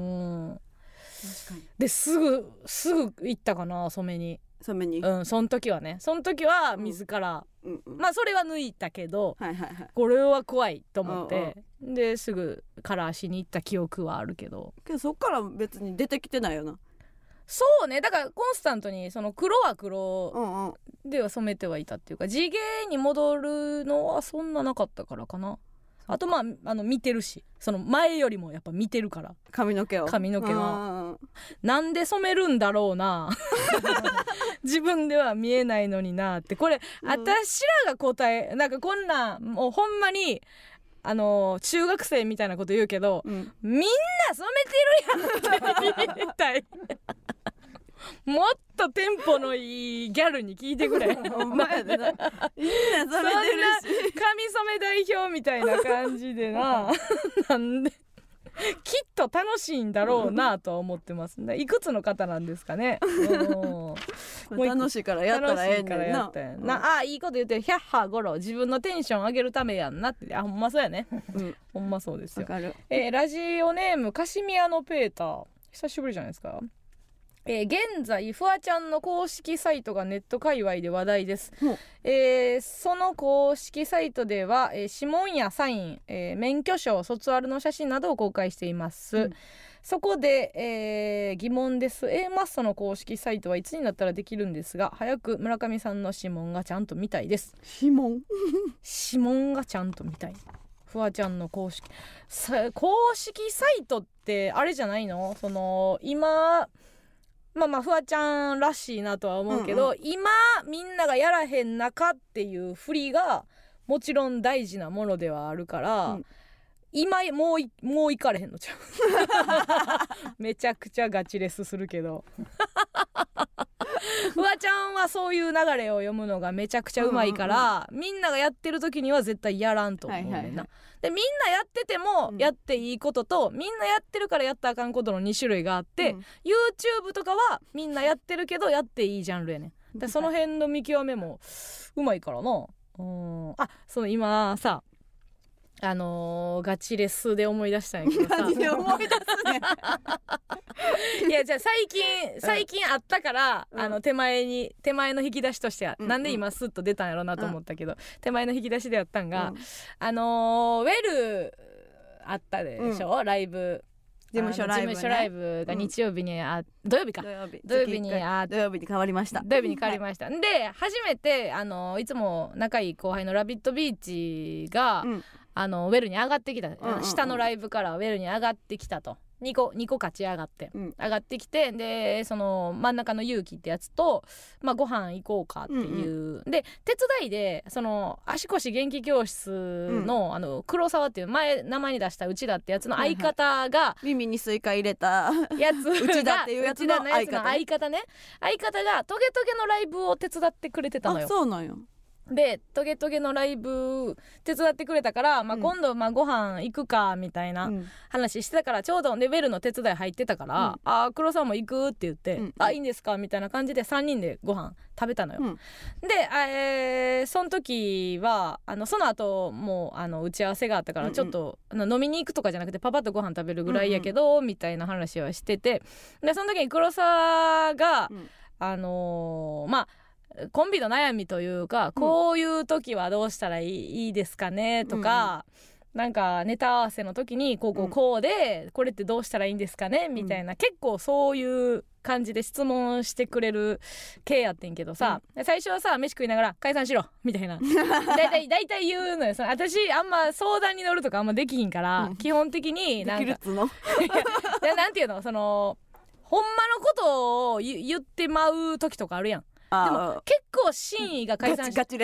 うん確かにですぐすぐ行ったかな染めに染めにうんその時はねその時は自ら、うんうん、まあそれは抜いたけど、 はいはいはい、 これは怖いと思って、うんうん、ですぐカラーしに行った記憶はあるけどけどそっから別に出てきてないよな。 そうねだからコンスタントにその黒は黒では染めてはいたっていうか地毛に戻るのはそんななかったからかな。あとまああの見てるしその前よりもやっぱ見てるから髪の毛を髪の毛はなんで染めるんだろうな自分では見えないのになってこれ、うん、私らが答えなんかこんなもうほんまにあの中学生みたいなこと言うけど、うん、みんな染めてるやんって言いたいもっとテンポのいいギャルに聞いてくれお前でなみんな染めてるし髪染め代表みたいな感じでななんできっと楽しいんだろうなとは思ってますね。いくつの方なんですかねもう楽しいからやったらええねんな、 うん、なあいいこと言ってるひゃっはごろ自分のテンション上げるためやんなってあほんまそうやね、うん、ほんまそうですよ。わかる、えー、ラジオネームカシミヤのペーター久しぶりじゃないですか。えー、現在フワちゃんの公式サイトがネット界隈で話題です、うんえー、その公式サイトでは、えー、指紋やサイン、えー、免許証卒アルの写真などを公開しています、うん、そこで、えー、疑問です。 A マッソの公式サイトはいつになったらできるんですが早く村上さんの指紋がちゃんと見たいです。 指紋指紋がちゃんと見たいフワちゃんの公式公式サイトってあれじゃないのその今まあまあフワちゃんらしいなとは思うけど、うんうん、今みんながやらへん中っていう振りがもちろん大事なものではあるから、うん、今もういもう行かれへんのちゃうめちゃくちゃガチレスするけどフワちゃんはそういう流れを読むのがめちゃくちゃうまいから、うんうんうん、みんながやってる時には絶対やらんと思うねんな、はいはいはい、でみんなやっててもやっていいことと、うん、みんなやってるからやったらあかんことのに種類があって、うん、YouTube とかはみんなやってるけどやっていいジャンルやねん。でその辺の見極めもうまいからな。うんあその今さあのー、ガチレスで思い出したんやけどさ思い出すねいやじゃあ最近最近あったから、うん、あの手前に手前の引き出しとしては、うん、なんで今スッと出たんやろうなと思ったけど、うん、手前の引き出しでやったんが、うん、あのー、ウェルあったでしょ、うん、ライブ事務所ライブ、ね、 事務所ライブが日曜日にあ、うん、土曜日か土曜日土曜日にあ土曜日に変わりました土曜日に変わりました、はい、で初めてあのいつも仲いい後輩のラビットビーチが、うん、 あのウェルに上がってきた、うんうんうん、下のライブからウェルに上がってきたとにこにこ勝ち上がって、うん、上がってきてでその真ん中の勇気ってやつと、まあ、ご飯行こうかっていう、うんうん、で手伝いでその足腰元気教室 の,、うん、あの黒沢っていう前名前に出した内田ってやつの相方が、はいはい、 耳にスイカ入れたやつ内田っていうやつの相方、 ね、相方ね相方がトゲトゲのライブを手伝ってくれてたのよ。 あ、そうなんよ。 でトゲトゲのライブ手伝ってくれたから、まあ、今度まあご飯行くかみたいな話してたから、ちょうどレベルの手伝い入ってたから、うん、あ黒さんも行くって言って、うん、あいいんですかみたいな感じでさんにんでご飯食べたのよ、うん、で、えー、その時はあのその後もうあの打ち合わせがあったからちょっと、うんうん、飲みに行くとかじゃなくてパパッとご飯食べるぐらいやけど、うんうん、みたいな話はしてて、でその時に黒沢が、うん、あのー、まあコンビの悩みというか、こういう時はどうしたらいい、いいですかねとか、うん、なんかネタ合わせの時にこうこうこうで、うん、これってどうしたらいいんですかねみたいな、うん、結構そういう感じで質問してくれる系やってんけどさ、うん、最初はさ飯食いながら解散しろみたいなだいたいだいたい言うのよ。その私あんま相談に乗るとかあんまできひんから、うん、基本的になんかできるっつのなんていうの、そのほんまのことを言ってまう時とかあるやん。でも結構真意が解散しガチガチです、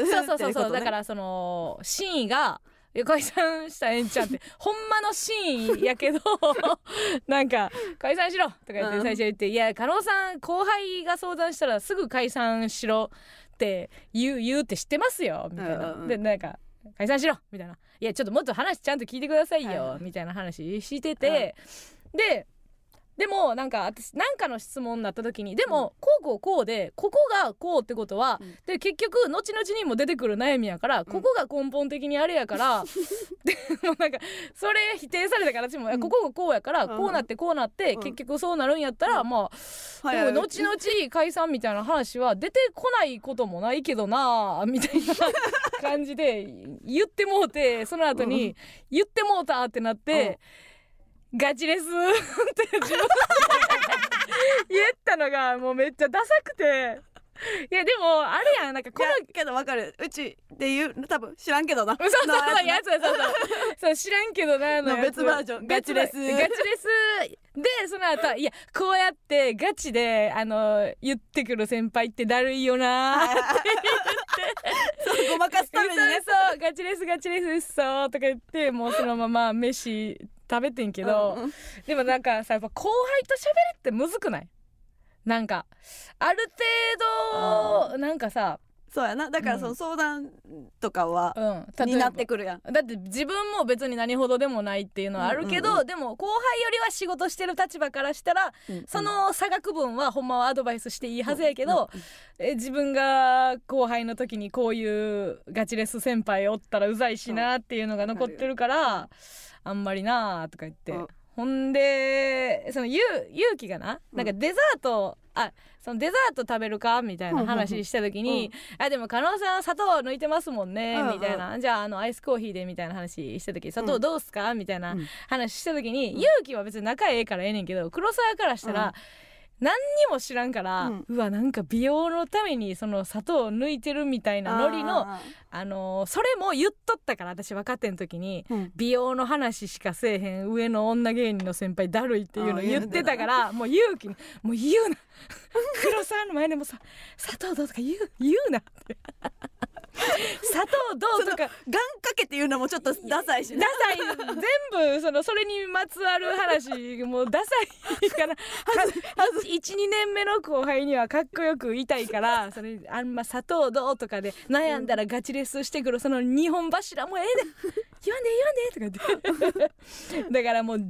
そうそうそうそう、 ね、 だからその真意が解散したらええんちゃんってほんまの真意やけどなんか解散しろとか言って最初言って、うん、いや加納さん後輩が相談したらすぐ解散しろって言う、言うって知ってますよみたいな、うんうん、でなんか解散しろみたいな、いやちょっともっと話ちゃんと聞いてくださいよ、はい、みたいな話してて、うん、ででもなんか私なんかの質問になった時にでもこうこうこうでここがこうってことは、うん、で結局後々にも出てくる悩みやから、うん、ここが根本的にあれやからでもなんかそれ否定されたから私も、うん、ここがこうやから、うん、こうなってこうなって、うん、結局そうなるんやったら、うん、まあ、はいはい、でも後々解散みたいな話は出てこないこともないけどなみたいな感じで言ってもうて、その後に、うん、言ってもうたってなって、うんガチですって自分で言ったのがもうめっちゃダサくて、いやでもあれやん、なんかこのけど分かる、うちで言う多分知らんけどな、 そうそうそうやつそうそうそう知らんけどなの別バージョンガチですガチですでその後いやこうやってガチであの言ってくる先輩ってだるいよなって言ってそうごまかすためにね、 そうそうガチですガチですそうとか言ってもうそのまま飯食べてんけど、うん、でもなんかさやっぱ後輩と喋るってむずくない？なんかある程度なんかさそうやな、だからその相談とかは、うん、になってくるやん。 だって自分も別に何ほどでもないっていうのはあるけど、うんうんうん、でも後輩よりは仕事してる立場からしたら、うんうん、その差額分はほんまはアドバイスしていいはずやけど、うんうんうん、え自分が後輩の時にこういうガチレス先輩おったらうざいしなっていうのが残ってるから、うん、あんまりなとか言って、うん、ほんでその勇気がな、なんかデザート、うん、あそのデザート食べるかみたいな話した時に、うん、あでも加納さん砂糖抜いてますもんね、うん、みたいな、じゃああのアイスコーヒーでみたいな話した時、砂糖どうすかみたいな話した時に、うん、勇気は別に仲ええからええねんけど黒沢からしたら、うん何にも知らんから、うん、うわなんか美容のためにその砂糖を抜いてるみたいなノリの あ, あのー、それも言っとったから私若手の時に、うん、美容の話しかせえへん上の女芸人の先輩だるいっていうの言ってたからもう勇気にもう言うな黒沢の前でもさ砂糖どうとか言う言うなって砂糖どうとか願掛けっていうのもちょっとダサいし、ね、 ダサい全部そのそれにまつわる話もうダサいからいちにねんめの後輩にはかっこよく言いたいからそれあんま砂糖どうとかで悩んだらガチレスしてくるそのにほん柱もええで言わんで言わんでとか言ってだからもう、うん、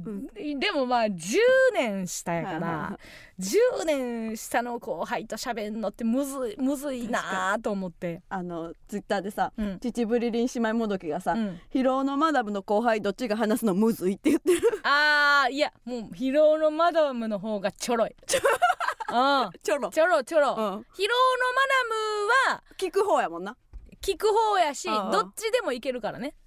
でもまあじゅうねん下やから、はいはいはい、じゅうねん下の後輩と喋んのってむずいむずいなと思ってあのツイッターでさ、うん、秩父リリン姉妹もどきがさ、うん、疲労のマダムの後輩どっちが話すのむずいって言ってるあーいやもう疲労のマダムの方がちょろいちょろちょろちょろ、うん、疲労のマダムは聞く方やもんな聞く方やしどっちでもいけるからね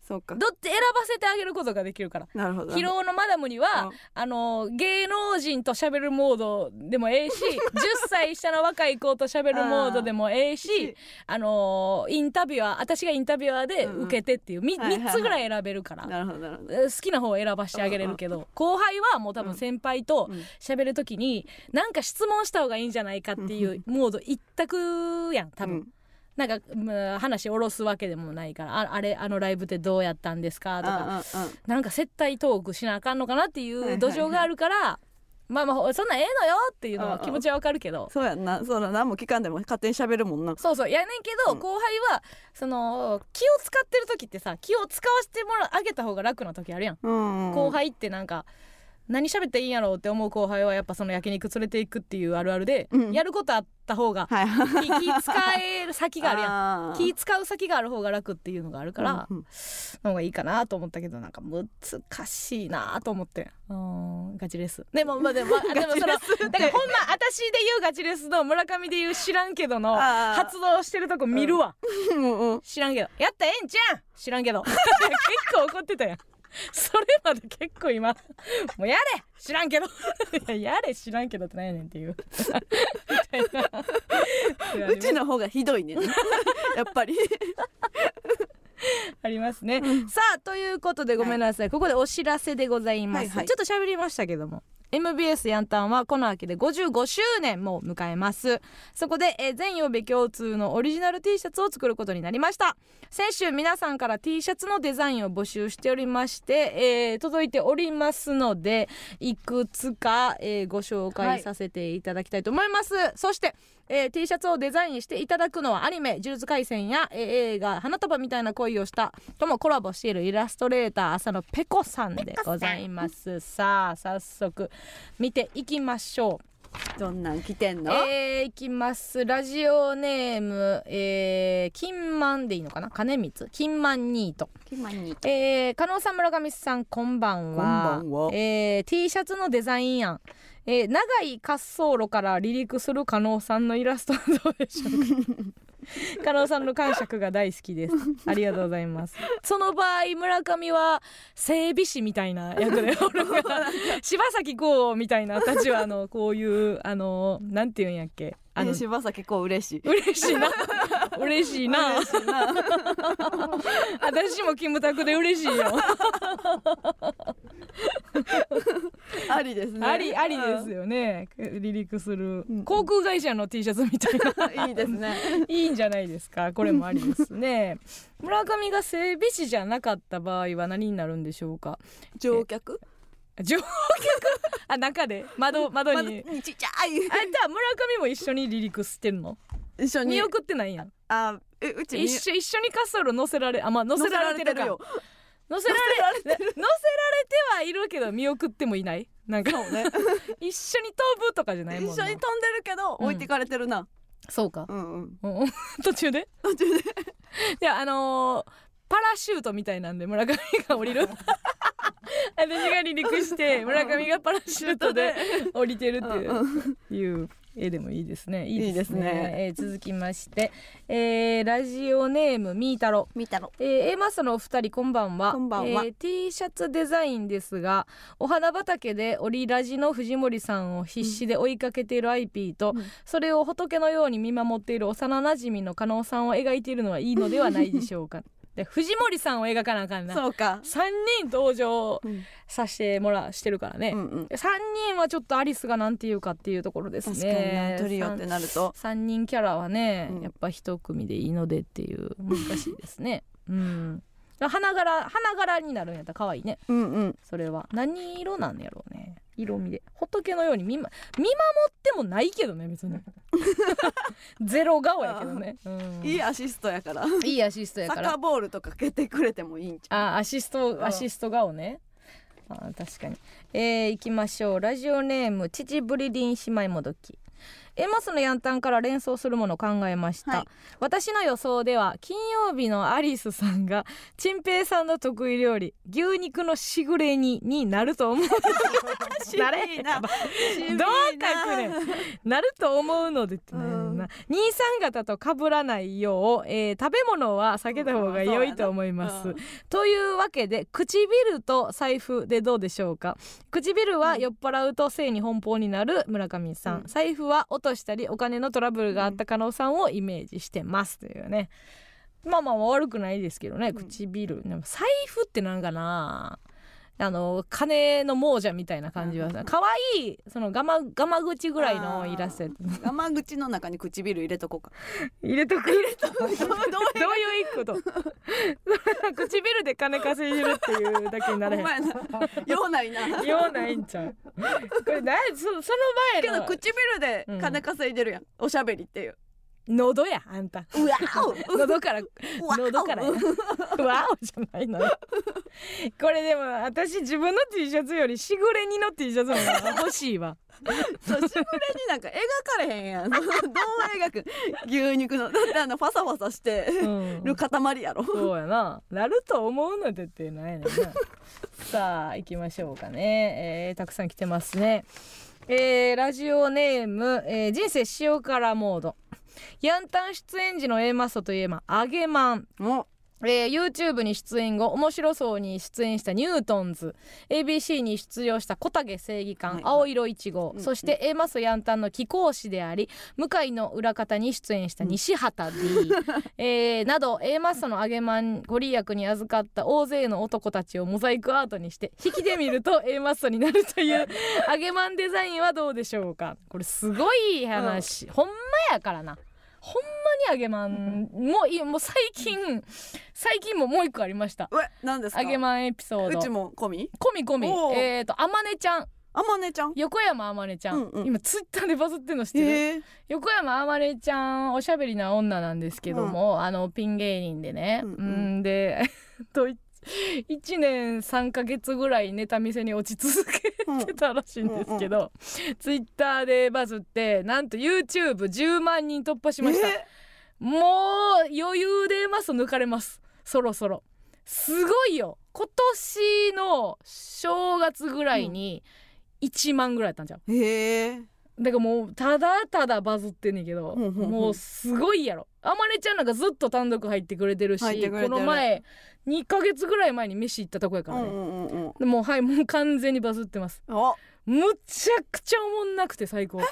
そうかどっち選ばせてあげることができるから。 なるほど。 疲労のマダムには、うん、あの芸能人と喋るモードでもええしじゅっさい下の若い子と喋るモードでもええしあのインタビュアー私がインタビュアーで受けてっていう 3, 3つぐらい選べるから、なるほどなるほど、好きな方を選ばしてあげれるけど、うんうん、後輩はもう多分先輩と喋る時に、うん、なんか質問した方がいいんじゃないかっていうモード一択やん多分、うんなんか、まあ、話下ろすわけでもないから あ, あれあのライブってどうやったんですかとか、うんうんうん、なんか接待トークしなあかんのかなっていう土壌があるから、はいはいはい、まあまあそんなええのよっていうのは気持ちはわかるけど、うんうん、 そうやんな、その何も聞かんでも勝手に喋るもんな。 そうそうやねんけど、うん、後輩はその気を使ってる時ってさ気を使わせてもらあげた方が楽な時あるやん、うんうん、後輩ってなんか何喋っていいんやろうって思う後輩はやっぱその焼肉連れていくっていうあるあるで、うん、やることあった方が、はい、気, 気使える先があるやん気使う先がある方が楽っていうのがあるから、うんうん、の方がいいかなと思ったけどなんか難しいなと思ってうんガチレスでもまあでも、まあ、でもそのだからほんま私で言うガチレスの村上で言う知らんけどの発動してるとこ見るわ、うんうん、知らんけどやったらええんちゃん知らんけど結構怒ってたやんそれまで結構今もうやれ知らんけどやれ知らんけどってなんやねんっていううちの方がひどいねやっぱりありますね、うん、さあということでごめんなさい、はい、ここでお知らせでございます、はいはい、ちょっと喋りましたけどもエムビーエス ヤンタンはこの秋でごじゅうごしゅうねんも迎えます。そこで、えー、全曜日共通のオリジナル T シャツを作ることになりました。先週皆さんから T シャツのデザインを募集しておりまして、えー、届いておりますのでいくつか、えー、ご紹介させていただきたいと思います、はい、そしてえー、T シャツをデザインしていただくのはアニメ呪術廻戦や、えー、映画花束みたいな恋をしたともコラボしているイラストレーター浅野ペコさんでございます。さあ早速見ていきましょう。どんなん来てんの？ えー、いきます。ラジオネーム、えー、金満でいいのかな、金光金満ニート金満ニート、 えー、加納さん村上さんこんばんは。こんばんは。えー、T シャツのデザイン案、えー、長い滑走路から離陸する加納さんのイラストはどうでしょうか加納さんの感触が大好きです。ありがとうございます。その場合村上は整備士みたいな役でおるから柴咲コウみたいな立場のこういうあのなんていうんやっけあの柴咲コウ嬉しい嬉しいな嬉しいな嬉しいな私もキムタクで嬉しいよありですね。 ありありですよね。離陸する、うん、航空会社の T シャツみたいないいですねいいんじゃないですか。これもありですね村上が整備士じゃなかった場合は何になるんでしょうか。 乗客乗客あ中で窓窓に窓にちっちゃいあじゃあ村上も一緒に離陸してんの？ 一緒に見送ってないやん。 あえうち一緒一緒に滑走路乗せられあまあ乗せられてるか乗せられ乗せられてはいるけど見送ってもいないなんか、ね、一緒に飛ぶとかじゃないもんな。 一緒に飛んでるけど、うん、置いてかれてるな。そうか、 うんうんうん、途中で途中でいやあのー、パラシュートみたいなんで村上が降りる私が離陸して村上がパラシュートで降りてるっていう、いう絵でもいいですね。いいですね。いいですね、えー、続きまして、えー、ラジオネームみーたろみーたろ、 えー、A マスのお二人こんばんは。 こんばんは、えー、 T シャツデザインですがお花畑でオリラジの藤森さんを必死で追いかけている アイピー と、うん、それを仏のように見守っている幼なじみの加納さんを描いているのはいいのではないでしょうかで藤森さんを描かなあかんな。 そうかさんにん登場させてもらしてるからね、うんうん、さんにんはちょっとアリスがなんていうかっていうところですね。 確かにトリオってなるとさんにんキャラはね、うん、やっぱ一組でいいのでっていう難しいですねうん花柄花柄になるんやったら可愛いね、うんうん、それは何色なんやろうね。色味で仏のように見、ま、見守ってもないけどね別にゼロ顔やけどね、うん、 いいアシストやからいいアシストやからサッカーボールとか蹴ってくれてもいいんちゃう。 あアシストアシスト顔ね。あ確かに、えー、行きましょう。ラジオネーム父ブリリン姉妹もどき。エマスのヤンタンから連想するものを考えました、はい、私の予想では金曜日のアリスさんがチンペイさんの得意料理牛肉のしぐれ煮になると思うなれなどう書くねなると思うのでってね、うん、 な、うん、にさん型と被らないよう、えー、食べ物は避けた方が良いと思います、うん、というわけで唇と財布でどうでしょうか。唇は酔っ払うと性に奔放になる村上さん、うん、財布は落としたりお金のトラブルがあった加納さんをイメージしてますというね。まあまあ悪くないですけどね。唇、うん、でも財布ってなんかな、あの金の亡者みたいな感じはさ、かわいいそのガマガマ口ぐらいのイラスト。 ガマ口の中に唇入れとこうか。 入れとく入れとくどういうこと唇で金稼いでるっていうだけになれへん。 ようないな。 ようないんちゃう。これな そ, その前のけど唇で金稼いでるやん、うん、おしゃべりっていう。 喉やあんた。 うわお喉から喉からやうわおじゃないのよこれでも私自分の T シャツよりしぐれ煮の T シャツの方が欲しいわそうしぐれ煮なんか描かれへんやんどう描く牛肉のだってあのファサファサしてる塊やろ、うん、 そうやな、なると思うのでってないねんなさあ行きましょうかね、えー、たくさん来てますね。えー、ラジオネーム、えー、人生塩辛モード。ヤンタン出演時の A マストといえば揚げマン、えー、YouTube に出演後面白そうに出演したニュートンズ、 エービーシー に出場した小竹正義感、はいはい、青色いち号、うん、そして A マストヤンタンの貴公子であり向井の裏方に出演した西畑 D、うんえー、など A マストの揚げマンご利益に預かった大勢の男たちをモザイクアートにして引きで見ると A マストになるという揚げマンデザインはどうでしょうか。これすごい話、うん、ほんまやからな、ほんまに揚げマン、うん、もういいもう最近最近ももう一個ありました。 え、何ですか。 揚げマンエピソード。 うちも込み込み込みえーとあまねちゃんあまねちゃん横山あまねちゃん、うんうん、今ツイッターでバズってるの知ってる、 えー、 横山あまねちゃんおしゃべりな女なんですけども、うん、あのピン芸人でね、うんうん、でといちねんさんかげつぐらいネタ見せに落ち続けてたらしいんですけど、うんうんうん、ツイッターでバズってなんと YouTubeじゅうまんにん突破しました、えー、もう余裕でマス抜かれます。そろそろすごいよ。今年の正月ぐらいにいちまんぐらいやったんじゃん。 へー、 だからもうただただバズってんねんけど、うんうんうん、もうすごいやろ。あまねちゃんなんかずっと単独入ってくれてるし、てるこの前にかげつぐらい前に飯行ったとこやからね、うんうんうん、でもはいもう完全にバズってます。むちゃくちゃおもんなくて最高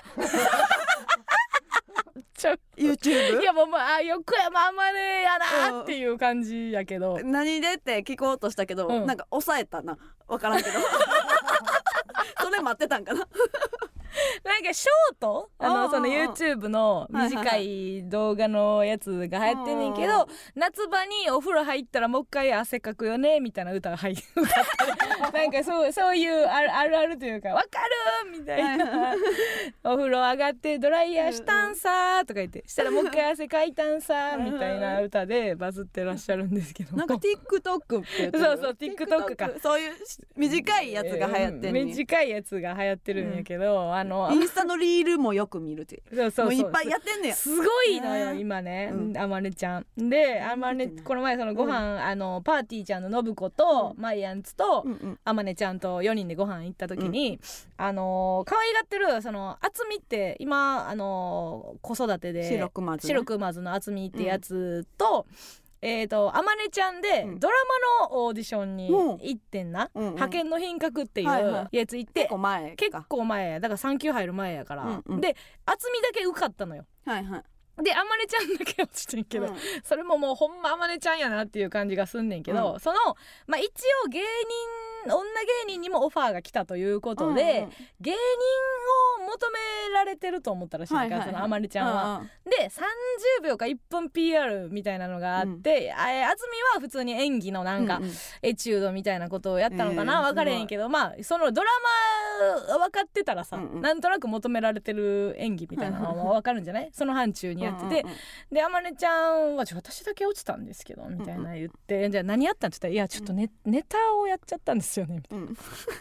YouTube? いやもう、まあ、横山あまねやなっていう感じやけど、 うん、何でって聞こうとしたけど、うん、なんか抑えたな、分からんけどそれ待ってたんかななんかショートあのその YouTube の短い動画のやつが流行ってんねんけど、夏場にお風呂入ったらもう一回汗かくよねみたいな歌が入ってなんかそう、そういうあるあるあるというかわかるみたいなお風呂上がってドライヤーしたんさとか言ってしたらもう一回汗かいたんさみたいな歌でバズってらっしゃるんですけどなんか TikTok って言ってるそうそう TikTok かそういう短いやつが流行ってんね、 えー、短いやつが流行ってるんやけど、うん、あのインスタのリールもよく見るってそうそうそうもういっぱいやってんねや。 すごいのよ今ね、うん、あまねちゃんであまねこの前そのご飯、うん、あのパーティーちゃんの信子と、うん、マイアンツと、うんうん、あまねちゃんとよにんでご飯行った時に、うん、あの可愛がってるその厚みって今あの子育てで白熊津、 ね、白熊津の厚みってやつと、うんえーと、あまねちゃんでドラマのオーディションに行ってんな、うんうん、派遣の品格っていうやつ行って、 はいはい、結構前結構前だからさん級入る前やから、うんうん、で厚みだけ受かったのよ、 はいはいであまねちゃんだけ落ちてんけど、うん、それももうほんまあまねちゃんやなっていう感じがすんねんけど、うん、そのまあ一応芸人女芸人にもオファーが来たということで、うんうん、芸人を求められてると思ったらしいから、はいはいはい、そのあまねちゃんは、うんうん、でさんじゅうびょうかいっぷん ピーアール みたいなのがあって、うん、あずみは普通に演技のなんか、うんうん、エチュードみたいなことをやったのかな、えー、分かれへんけどまあそのドラマ分かってたらさ、うんうん、なんとなく求められてる演技みたいなのも分かるんじゃないその範疇にやってて、うんうんうん、であまねちゃんは私だけ落ちたんですけどみたいな言って、うんうん、じゃあ何やったんって言ったらいやちょっと ネ,、うん、ネタをやっちゃったんですよねみたいな、うん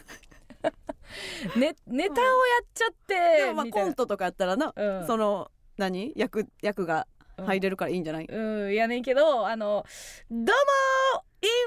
ね、ネタをやっちゃって、 うん、でもまあコントとかやったらな、うん、その何 役, 役が入れるからいいんじゃない、 うん、うん、やねんけどあのどうもイン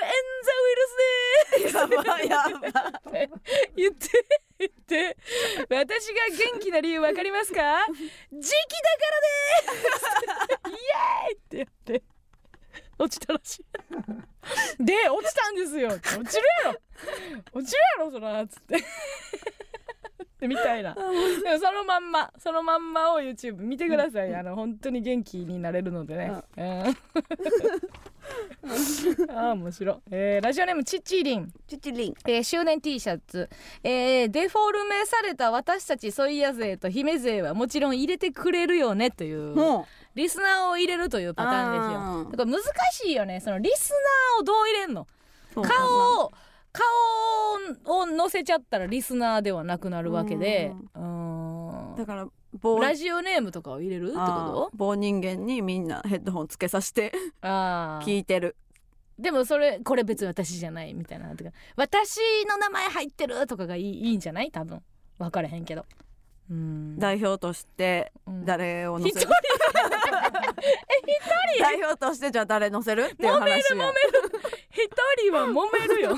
フルエンザウイルスでーすやばいやばい言って言って私が元気な理由分かりますか時期だからでイエーイって言って落ちたらしいで落ちたんですよ。落ちるやろ落ちるやろそらっつってみたいな。でもそのまんまそのまんまを YouTube 見てください。あの本当に元気になれるのでね、うん、ああ面白い、えー、ラジオネームちちりんちちりん、 えー、周年 T シャツ、えー、デフォルメされた私たちソイヤ勢と姫勢はもちろん入れてくれるよねというリスナーを入れるというパターンですよ。だから難しいよね、そのリスナーをどう入れんの。顔を顔を載せちゃったらリスナーではなくなるわけで、うーん、だからラジオネームとかを入れるってこと？ 棒人間にみんなヘッドホンつけさせて聞いてる。 でもそれこれ別に私じゃないみたいなとか、私の名前入ってるとかがいい、いいんじゃない？多分分かれへんけど、うん、代表として誰を載せる？ 一人え一人代表としてじゃあ誰載せるっていう話や。揉める揉める一人は揉めるよ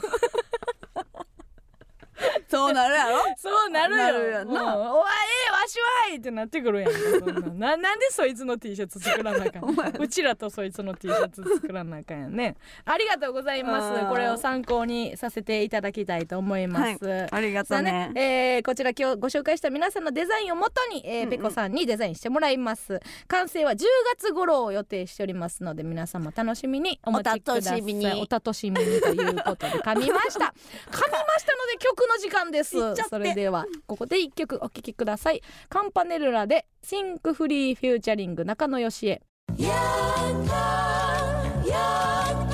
そうなるやろそうなるよ。 なるやんな。 おいええわしはいってなってくるやんそんな。な, なんでそいつの T シャツ作らなあかんうちらとそいつの T シャツ作らなあかんやんね。ありがとうございます。これを参考にさせていただきたいと思います、はい、 ありがとう ね, ね、えー、こちら今日ご紹介した皆さんのデザインをもとに、えーうんうん、ペコさんにデザインしてもらいます。完成はじゅうがつ頃を予定しておりますので皆様楽しみにお待ちください。お楽しみにお楽しみにということで噛みました噛みましたので曲の時間です。それではここでいっきょくお聴きください。カンパネルラでシンクフリーフューチャリング中野よしえ。やったやった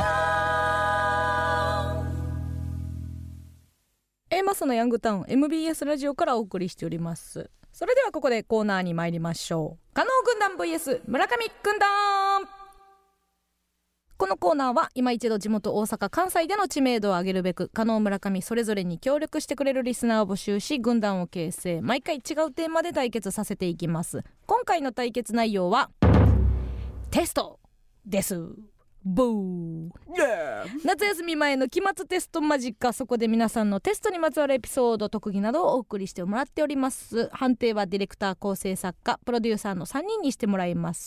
A マスのヤングタウン エムビーエス ラジオからお送りしております。それではここでコーナーに参りましょう。加納軍団 ブイエス 村上軍団。このコーナーは今一度地元大阪関西での知名度を上げるべく加納村上それぞれに協力してくれるリスナーを募集し軍団を形成、毎回違うテーマで対決させていきます。今回の対決内容はテストです。ブー、yeah. 夏休み前の期末テスト間近。そこで皆さんのテストにまつわるエピソード特技などをお送りしてもらっております。判定はディレクター構成作家プロデューサーのさんにんにしてもらいます。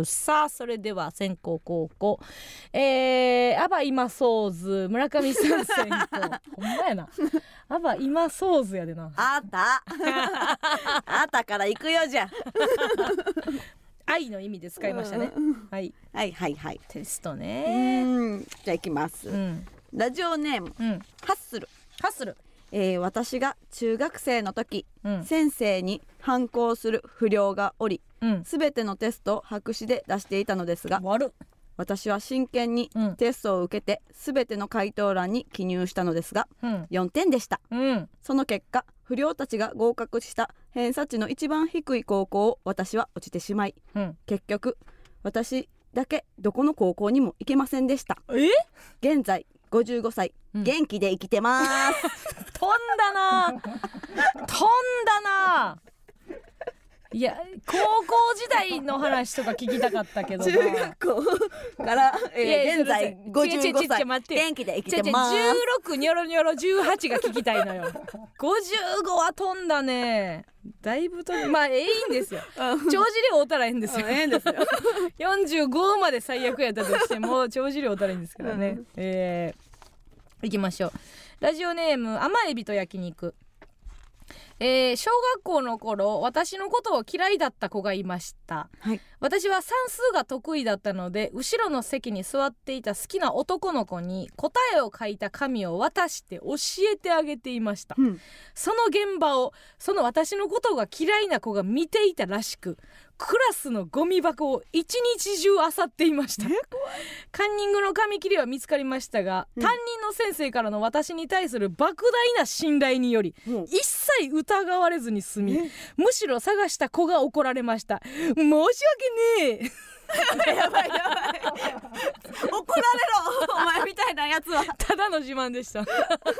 さあそれでは先攻後攻、えー、アバ今ソーズ村上さん先攻ほんまやなアバ今ソーズやでな。 あったあったから行くよじゃ愛の意味で使いましたね、うん、はい、 はいはいはい。 テストね。 うんじゃあ行きます、うん、ラジオネーム、うん、ハッスルハッスル、 えー、私が中学生の時、うん、先生に反抗する不良がおり、うん、全てのテストを白紙で出していたのですが、 悪っ。 私は真剣にテストを受けて全ての回答欄に記入したのですが、うん、よんてんでした、うん、その結果不良たちが合格した偏差値の一番低い高校を私は落ちてしまい、うん、結局私だけどこの高校にも行けませんでした。 え？ 現在ごじゅうごさい、うん、元気で生きてます飛んだな飛んだないや高校時代の話とか聞きたかったけど中学校から、えー、現在ごじゅうごさい元気で生きてます。 じゅうろくニョロニョロじゅうはちが聞きたいのよごじゅうごは飛んだね。だいぶ飛んまあええいいんですよ帳尻合うたらええんですよ、ええんですよよんじゅうごまで最悪やったとしても帳尻合うたらいいんですからね、うん、えー、いきましょう。ラジオネーム甘エビと焼肉。えー、小学校の頃私のことを嫌いだった子がいました、はい、私は算数が得意だったので後ろの席に座っていた好きな男の子に答えを書いた紙を渡して教えてあげていました、うん、その現場をその私のことが嫌いな子が見ていたらしくクラスのゴミ箱を一日中漁っていました。カンニングの紙切れは見つかりましたが、うん、担任の先生からの私に対する莫大な信頼により、うん、一切疑われずに済み、むしろ探した子が怒られました。申し訳ねえやばいやばい怒られろお前みたいなやつは。 ただの自慢でした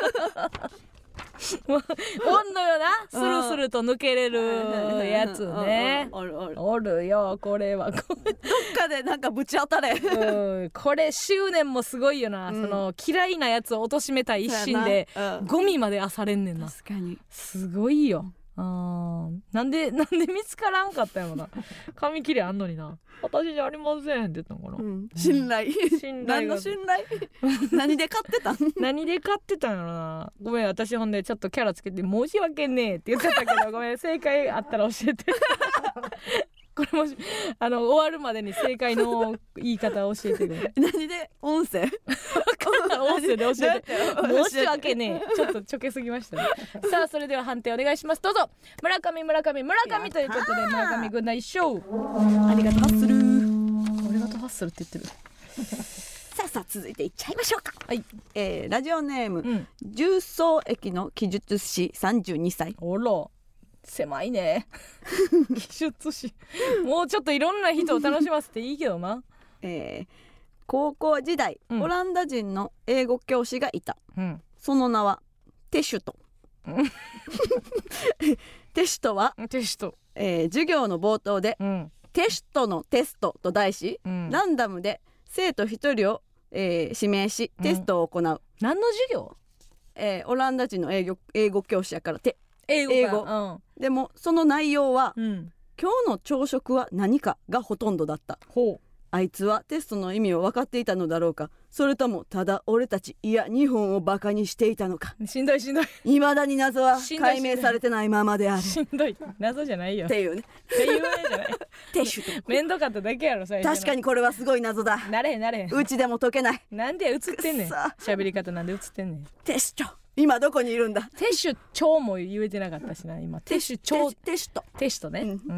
おんのよな、スルスルと抜けれるやつね。 おるおるおるよこれは。どっかでなんかぶち当たれうん、これ執念もすごいよな、うん、その嫌いなやつを貶めたい一心で、うん、ゴミまで漁れんねんな。 確かにすごいよ。 あなんでなんで見つからんかったんやろな紙切れあんのにな私じゃありませんって言ったのかな、 うん、信頼信頼何の信頼何で買ってたん何で買ってたんやろな。ごめん私ほんでちょっとキャラつけて申し訳ねえって言ってたけどごめん正解あったら教えてこれもしあの終わるまでに正解の言い方を教えてくれ何で音声音声で教えて申し訳ねえちょっとちょけすぎましたねさあそれでは判定お願いします。どうぞ。村上村上村上ということで村上軍団一勝。 ありがとうハッスルありがとうハッスルって言ってるさあさあ続いていっちゃいましょうか。 はい、 えー、ラジオネーム、 うん、 重曹駅の記述師さんじゅうにさい。 おら狭いね記述師もうちょっといろんな人を楽しませていいけどな、 えー、高校時代、うん、オランダ人の英語教師がいた、 うん、 その名はテシュトテシュトはテシュト、 えー、授業の冒頭で、うん、テシュトのテストと題し、うん、ランダムで生徒一人を、えー、指名しテストを行う、うん、 何の授業、 えー、オランダ人の英語、英語教師やからて英語, 英語、うん、でもその内容は、 うん、 今日の朝食は何かがほとんどだった。 ほう。 あいつはテストの意味を分かっていたのだろうか、それともただ俺たちいや日本をバカにしていたのか。 しんどいしんどい未だに謎は解明されてないままである。 しんどい謎じゃないよっていうねっていうねじゃないテシュとめんどかっただけやろ最初。 確かにこれはすごい謎だ。 なれへんなれへんうちでも解けない。 なんで映ってんねん喋り方なんで映ってんねん。 テシュと今どこにいるんだ。 テシュ超も言えてなかったしな今。テシュ超テシュとテシュとね、うん、うん、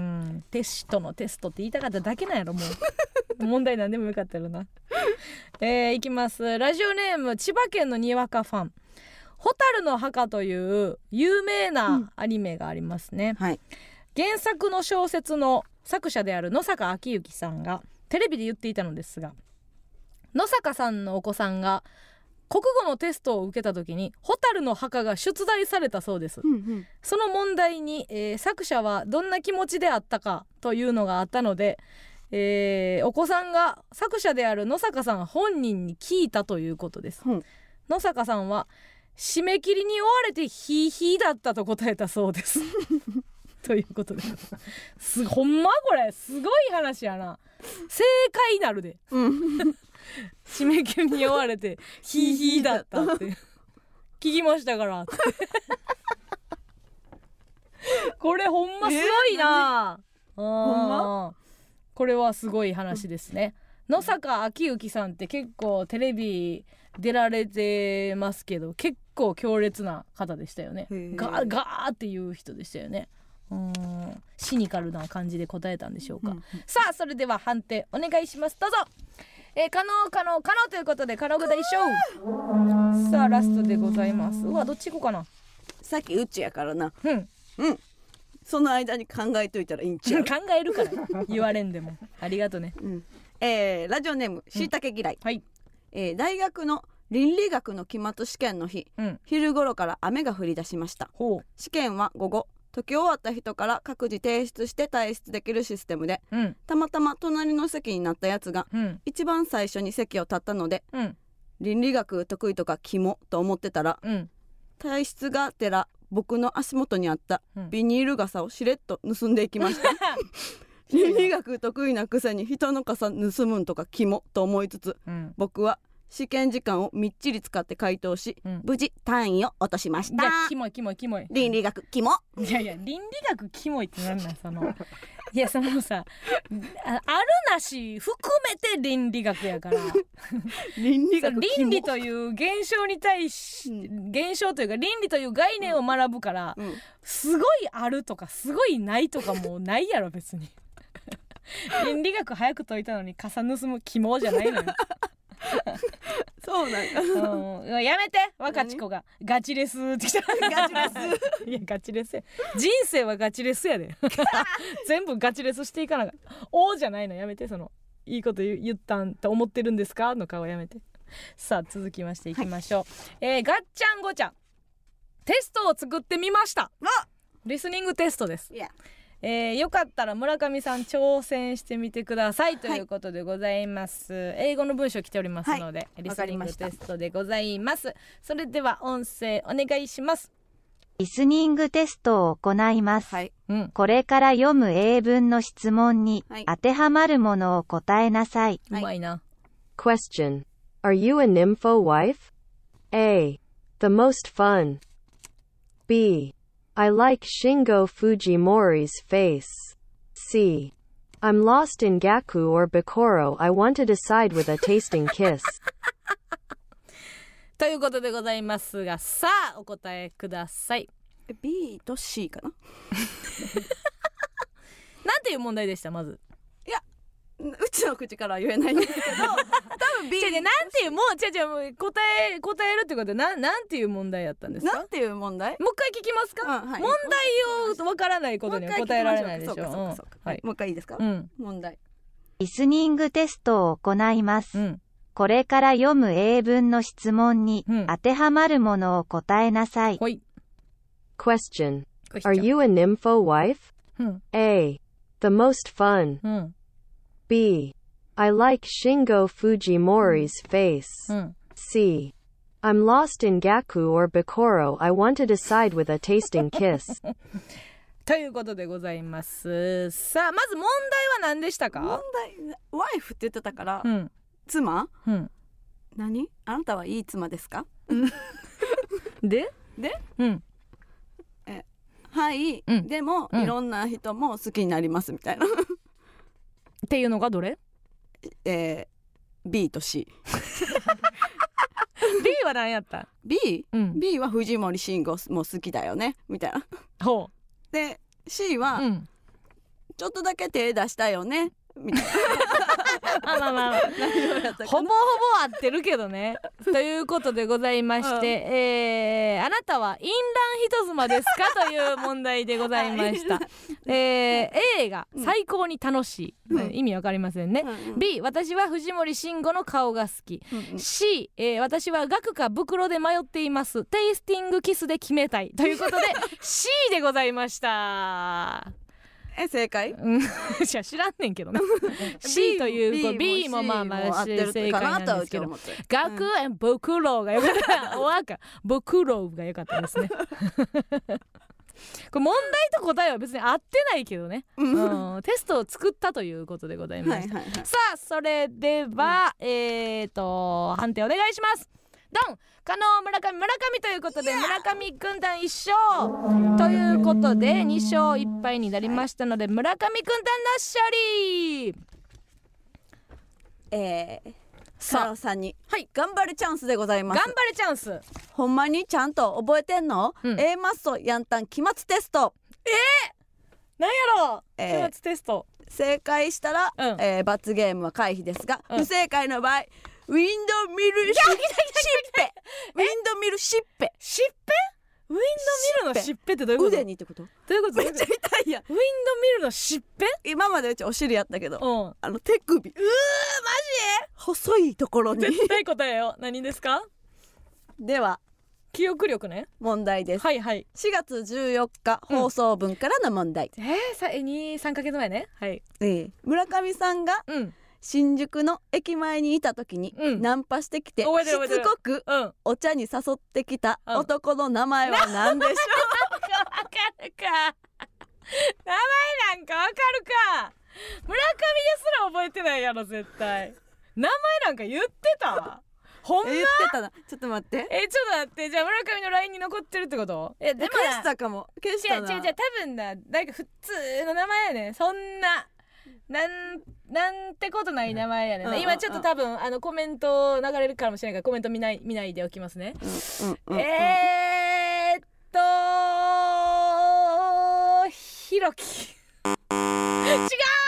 テシュとのテストって言いたかっただけなんやろもう問題なんでもよかったよなえー、いきます。ラジオネーム千葉県のにわかファン。蛍の墓という有名なアニメがありますね、 うんはい、 原作の小説の作者である野坂昭之さんがテレビで言っていたのですが、野坂さんのお子さんが国語のテストを受けた時に蛍の墓が出題されたそうです、 うんうん、 その問題に、えー、作者はどんな気持ちであったかというのがあったので、えー、お子さんが作者である野坂さん本人に聞いたということです、 うん、 野坂さんは締め切りに追われてヒーヒーだったと答えたそうですということですほんまこれすごい話やな。正解なるで、うん締め切りに追われてヒーヒーだったって聞きましたからってこれほんますごいな、えー、ほんまこれはすごい話ですね。野坂昭之さんって結構テレビ出られてますけど結構強烈な方でしたよね。ガーガーっていう人でしたよね。うーんシニカルな感じで答えたんでしょうか、うんうん、さあそれでは判定お願いします。どうぞ。えー、可能可能可能ということで可能具大賞。さあラストでございます。うわどっち行こうかな。 さっきうちやからな。 うんうんその間に考えといたらいいんちゃう考えるから言われんでもありがとね、 うんえー、ラジオネームしいたけ嫌い、 うんはいえー、大学の倫理学の期末試験の日、うん、昼頃から雨が降り出しました。 ほう試験は午後解き終わった人から各自提出して退出できるシステムで、 うん、 たまたま隣の席になったやつが、うん、一番最初に席を立ったので、うん、倫理学得意とかキモと思ってたら、うん、退出がてら僕の足元にあったビニール傘をしれっと盗んでいきました、うん、倫理学得意なくせに人の傘盗むんとかキモと思いつつ、うん、僕は試験時間をみっちり使って回答し、うん、無事単位を落としました。 いやキモいキモいキモい倫理学キモ。 いやいや倫理学キモいってなんなんそのいやそのさ あ, あるなし含めて倫理学やから倫理学倫理という現象に対し、うん、現象というか倫理という概念を学ぶから、うん、すごいあるとかすごいないとかもうないやろ別に倫理学早く解いたのに傘盗むキモじゃないのよそうなんか、うん、やめて若ち子がガチレスってきたガチレスいやガチレスや人生はガチレスやで全部ガチレスしていかなかったおじゃないのやめて。そのいいこと言ったんと思ってるんですかの顔やめて。さあ続きましていきましょう、はいえー、ガッチャンゴチャンテストを作ってみました。リスニングテストです、 yeah. えー、よかったら村上さん挑戦してみてくださいということでございます、はい、英語の文章来ておりますので、はい、リスニングテストでございます。それでは音声お願いします。 リスニングテストを行います。 はい、 うん、 これから読む英文の質問に当てはまるものを答えなさい。 はい、うまいな。 Question. Are you a nympho wife? A. The most fun. B. I like Shingo Fujimori's face. C. I'm lost in Gaku or Bakoro. I want to decide with a tasting kiss. ということでございますが、さあお答えください。 B と C かななんていう問題でした？まずいやうちの口からは言えないんですけど多分 B 違う違う、なんていうもう違う違うもう答え答えるってことでななんていう問題やったんですか？ なんていう問題？ もう一回聞きますか？ うん、はい、 問題をわからないことには答えられないでしょう。 そうかそうかそうか、はい、もう一回いいですか？ うん、 問題。 リスニングテストを行います、 うん、 これから読む英文の質問に当てはまるものを答えなさい。 ほい。 Question. Are you a nympho wife? うん、 A. The most fun. うん、 B. I like Shingo Fujimori's face. うん、 C. I'm lost in Gaku or Bakoro. I want to decide with a tasting kiss. ということでございます。さあまず問題は何でしたか？ 問題ワイフって言ってたから、 うん、 妻、 うん、 何？あなたはいい妻ですか？ でで、 うん、 えはい、 うん、 でも、うん、いろんな人も好きになりますみたいなっていうのがどれ？ えー、B と C。 B は何やった？ B？、 うん、 B は藤森慎吾も好きだよねみたいな。 ほうで C は、 うん、 ちょっとだけ手出したよねみたいなまあまあまあほぼほぼ合ってるけどねということでございまして、うん、えー、あなたは淫乱人妻ですかという問題でございました、えー、A が最高に楽しい、うん、意味わかりませんね、うんうん、B 私は藤森慎吾の顔が好き、うんうん、C、えー、私は額か袋で迷っています、テイスティングキスで決めたいということでC でございました。 え正解？ うん、知らんねんけどねC という B, B もまあまあ正解なんですけど、額え袋がよかったおわか袋がよかったですねこれ問題と答えは別に合ってないけどね、うん、テストを作ったということでございます、はいはいはい、さあそれでは、うん、えーと判定お願いします。ドン加納村上村上ということで村上軍団いっ勝ということでに勝いっ敗になりましたので、村上軍団の勝利。 えー、さあさんに、はい、頑張るチャンスでございます。 頑張るチャンス。 ほんまにちゃんと覚えてんの？うん、A マッソヤンタン期末テスト。 えー、なんやろう、えー、期末テスト正解したら、うん、えー、罰ゲームは回避ですが、うん、不正解の場合ウィンドミルしっぺウィンドミルしっぺしっぺウィンドミルのしっぺってどういうこと？ 腕にってこと？ どういうこと？ めっちゃ痛いやん。 ウィンドミルのしっぺ？ 今までうちお尻やったけど、 うん、 あの手首。うーマジ？細いところに。 絶対答えよ。何ですか？ では記憶力ね。 問題です。 はいはい。 しがつじゅうよっか放送分からの問題。 うん、えー、さに、さんかげつまえね。はい。 えー、村上さんが、うん、新宿の駅前にいた時に、うん、ナンパしてきてしつこく、うん、お茶に誘ってきた男の名前は何でしょう？ わかるか。名前なんかわかるか。村上ですら覚えてないやろ絶対。名前なんか言ってたわ。ほんま？ 言ってたな。ちょっと待って。 えちょっと待って。じゃあ村上の ライン に残ってるってこと？ えでも消したかも。消したな。 違う違う違う、多分な、なんか普通の名前やねん。そんななんなんてことない名前やねん、うん、今ちょっと多分あのコメント流れるかもしれないからコメント見ない見ないでおきますね、うんうんうん、えー、っとひろき違う嘘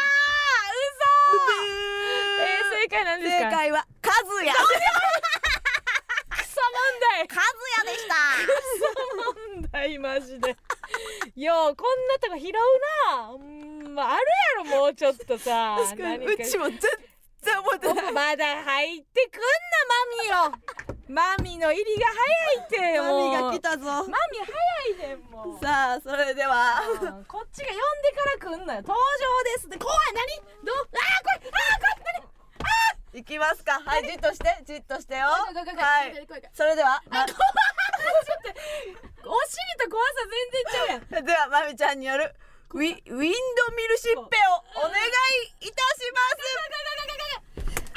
えー、正解なんですか？ 正解はカズヤクソ問題カズヤでしたクソ問題マジでようこんなとこ拾うな、うんまあ、あるやろもうちょっとさ確かにうちも全然覚えてない。 まだ入ってくんなマミよマミの入りが早いってよマミが来たぞマミ早いねんもうさあそれではこっちが呼んでから来んのよ登場ですって怖い何どあーこれあーこれ何いきますか。はいじっとしてじっとしてよ。はいそれではあ怖いちょっとお尻と怖さなみちゃんによるウィ、ウィンドミルシッペをお願いいたします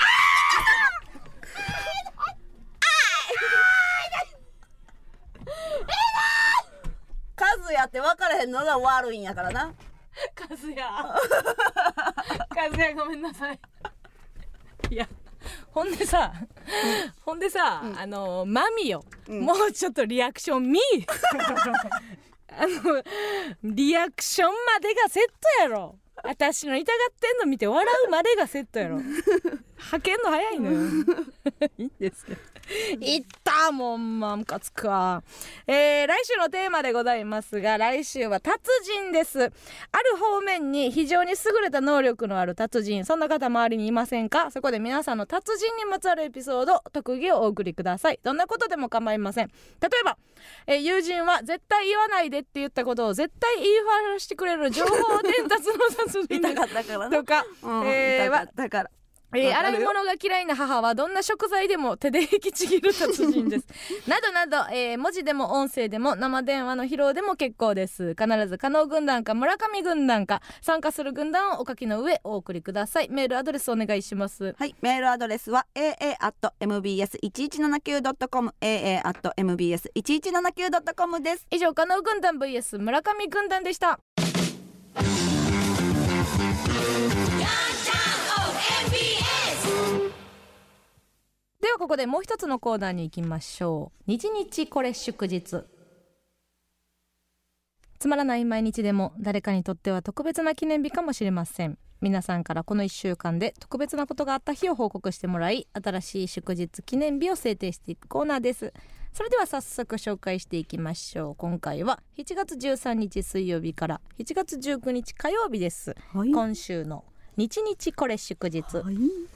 数やって分からへんのが悪いんやからな。 数や数やごめんなさい。いやほんでさ、うん、ほんでさ、うん、あのマミよ、うん、もうちょっとリアクション見あのリアクションまでがセットやろ。私の痛がってんの見て笑うまでがセットやろ。はけんの早いのよ。いいんですけどいったもんまんかつくわ、えー、来週のテーマでございますが、来週は達人です。ある方面に非常に優れた能力のある達人、そんな方周りにいませんか？そこで皆さんの達人にまつわるエピソード、特技をお送りください。どんなことでも構いません。例えば、えー、友人は絶対言わないでって言ったことを絶対言いふらしてくれる情報伝達の達人痛かったからとか、 うん、えー、痛かったからえー、洗い物が嫌いな母はどんな食材でも手で引きちぎる達人ですなどなど、えー、文字でも音声でも生電話の披露でも結構です。必ず加納軍団か村上軍団か参加する軍団をお書きの上お送りください。メールアドレスお願いします。 はい、メールアドレスは エーエー アット エムビーエスいちいちななきゅう ドットコム エーエー アット エムビーエスいちいちななきゅう ドットコム です。 以上、加納軍団 ブイエス 村上軍団でした。ではここでもう一つのコーナーに行きましょう。日日これ祝日。つまらない毎日でも誰かにとっては特別な記念日かもしれません。皆さんからこのいっしゅうかんで特別なことがあった日を報告してもらい、新しい祝日記念日を制定していくコーナーです。それでは早速紹介していきましょう。今回はしちがつじゅうさんにち水曜日からしちがつじゅうくにち火曜日です、はい、今週の日日これ祝日、はい、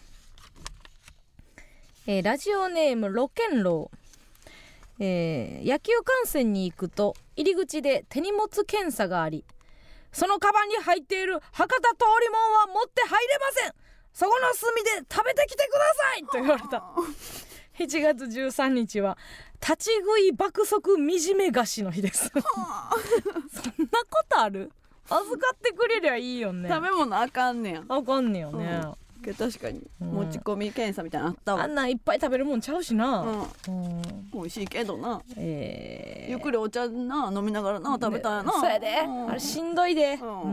えー、ラジオネームロケンロー、えー、野球観戦に行くと入り口で手荷物検査があり、そのカバンに入っている博多通りもんは持って入れません、そこの隅で食べてきてくださいと言われたしちがつじゅうさんにちは立ち食い爆速惨め菓子の日ですそんなことある？預かってくれりゃいいよね。 食べ物あかんねや。 あかんねよね、 うん、確かに、うん、持ち込み検査みたいなのあったわ。 あんなんいっぱい食べるもんちゃうしな、 うんうん、美味しいけどな、 えー、 ゆっくりお茶な飲みながらな食べたいな、 ね、そうやで、うん、あれしんどいで、うんうん、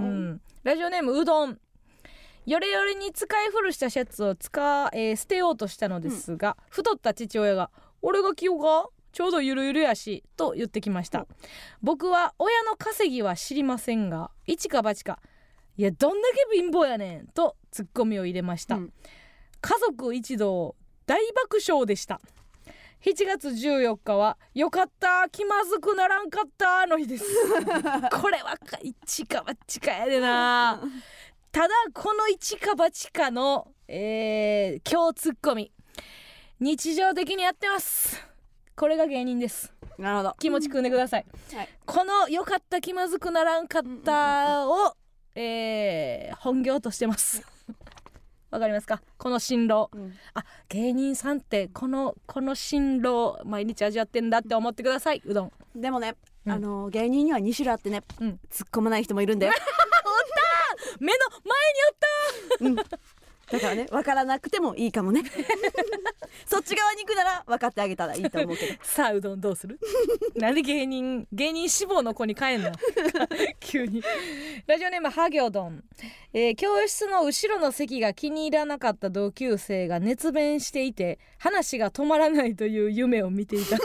ラジオネームうどん。よれよれに使い古したシャツを使、えー、捨てようとしたのですが、うん、太った父親が俺が着ようかちょうどゆるゆるやしと言ってきました、うん、僕は親の稼ぎは知りませんが一か八かいやどんだけ貧乏やねんとツッコミを入れました、うん、家族一同大爆笑でした。しちがつじゅうよっかはよかった気まずくならんかったの日ですこれは一か八かやでなただこの一か八かの、えー、今日ツッコミ日常的にやってます。これが芸人です。 なるほど、 気持ち組んでください、はい、このよかった気まずくならんかったを、えー、本業としてますわかりますかこの辛労、うん、あ芸人さんってこのこの辛労毎日味わってんだって思ってください。うどんでもね、うん、あの芸人にはに種類あってね、うん、突っ込まない人もいるんだよおった目の前におった、うんだからね、分からなくてもいいかもねそっち側に行くなら分かってあげたらいいと思うけどさあうどんどうするなんで芸人芸人志望の子に帰んの急に。ラジオネームはぎょどん、えー、教室の後ろの席が気に入らなかった同級生が熱弁していて話が止まらないという夢を見ていたど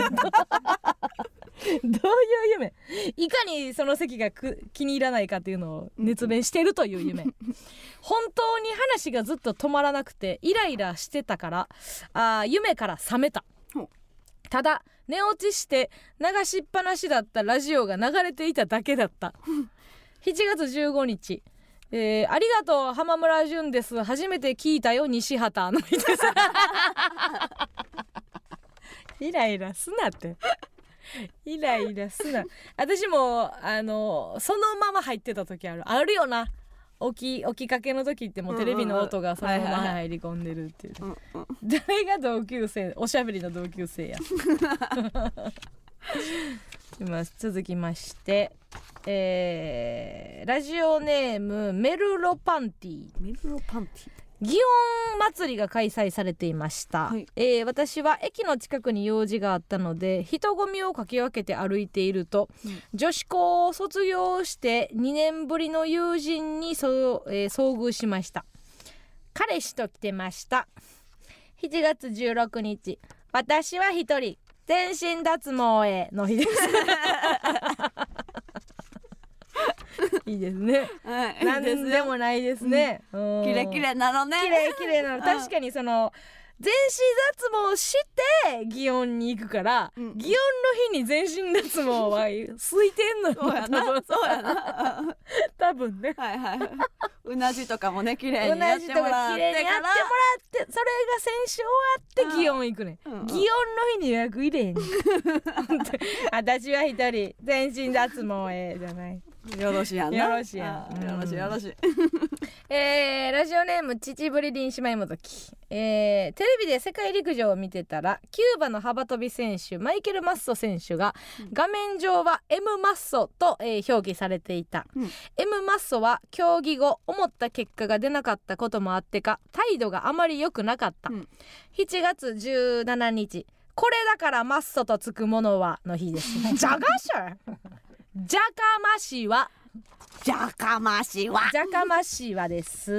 ういう夢？いかにその席がく気に入らないかっていうのを熱弁してるという夢本当に話がずっと止まらなくてイライラしてたからあ夢から覚めた。ただ寝落ちして流しっぱなしだったラジオが流れていただけだったしちがつじゅうごにち、えー、ありがとう浜村淳です初めて聞いたよ西畑の日ですイライラすなってイライラすな。私もあのそのまま入ってた時あるあるよな。起き起きかけの時ってもうテレビの音がそのまま入り込んでるっていう、うんうん、誰が同級生おしゃべりの同級生や続きましてえー、ラジオネームメルロパンティ。 メルロパンティ。 祇園祭りが開催されていました、はい。えー、私は駅の近くに用事があったので人混みをかき分けて歩いていると、うん、女子校を卒業してにねんぶりの友人にそ、えー、遭遇しました。彼氏と来てました。しちがつじゅうろくにち、私は一人全身脱毛への日ですいいですね、はい、なんでもないですね、うん、 キレキレなのね。 キレキレなの。確かにその全身脱毛して祇園に行くから、うん、祇園の日に全身脱毛は空いてんのよ。 そうやなそうやな多分ね、 はいはい、うなじとかもね綺麗にやってもらってから、うなじとか綺麗にやってもらって、それが先週終わって祇園行くね、うんうん、祇園の日に予約入れへんねん私は一人全身脱毛へじゃない。 よろしやんな。 よろしやん、 よろしよろしえー、ラジオネーム秩父りりん姉妹もどき、えー、テレビで世界陸上を見てたらキューバの幅跳び選手マイケル・マッソ選手が、うん、画面上は M マッソと、えー、表記されていた、うん、M マッソは競技後思った結果が出なかったこともあってか態度があまり良くなかった、うん、しちがつじゅうしちにち、これだからマッソとつくものはの日ですじゃがしゃじゃかましはじゃかましはじゃかましはです。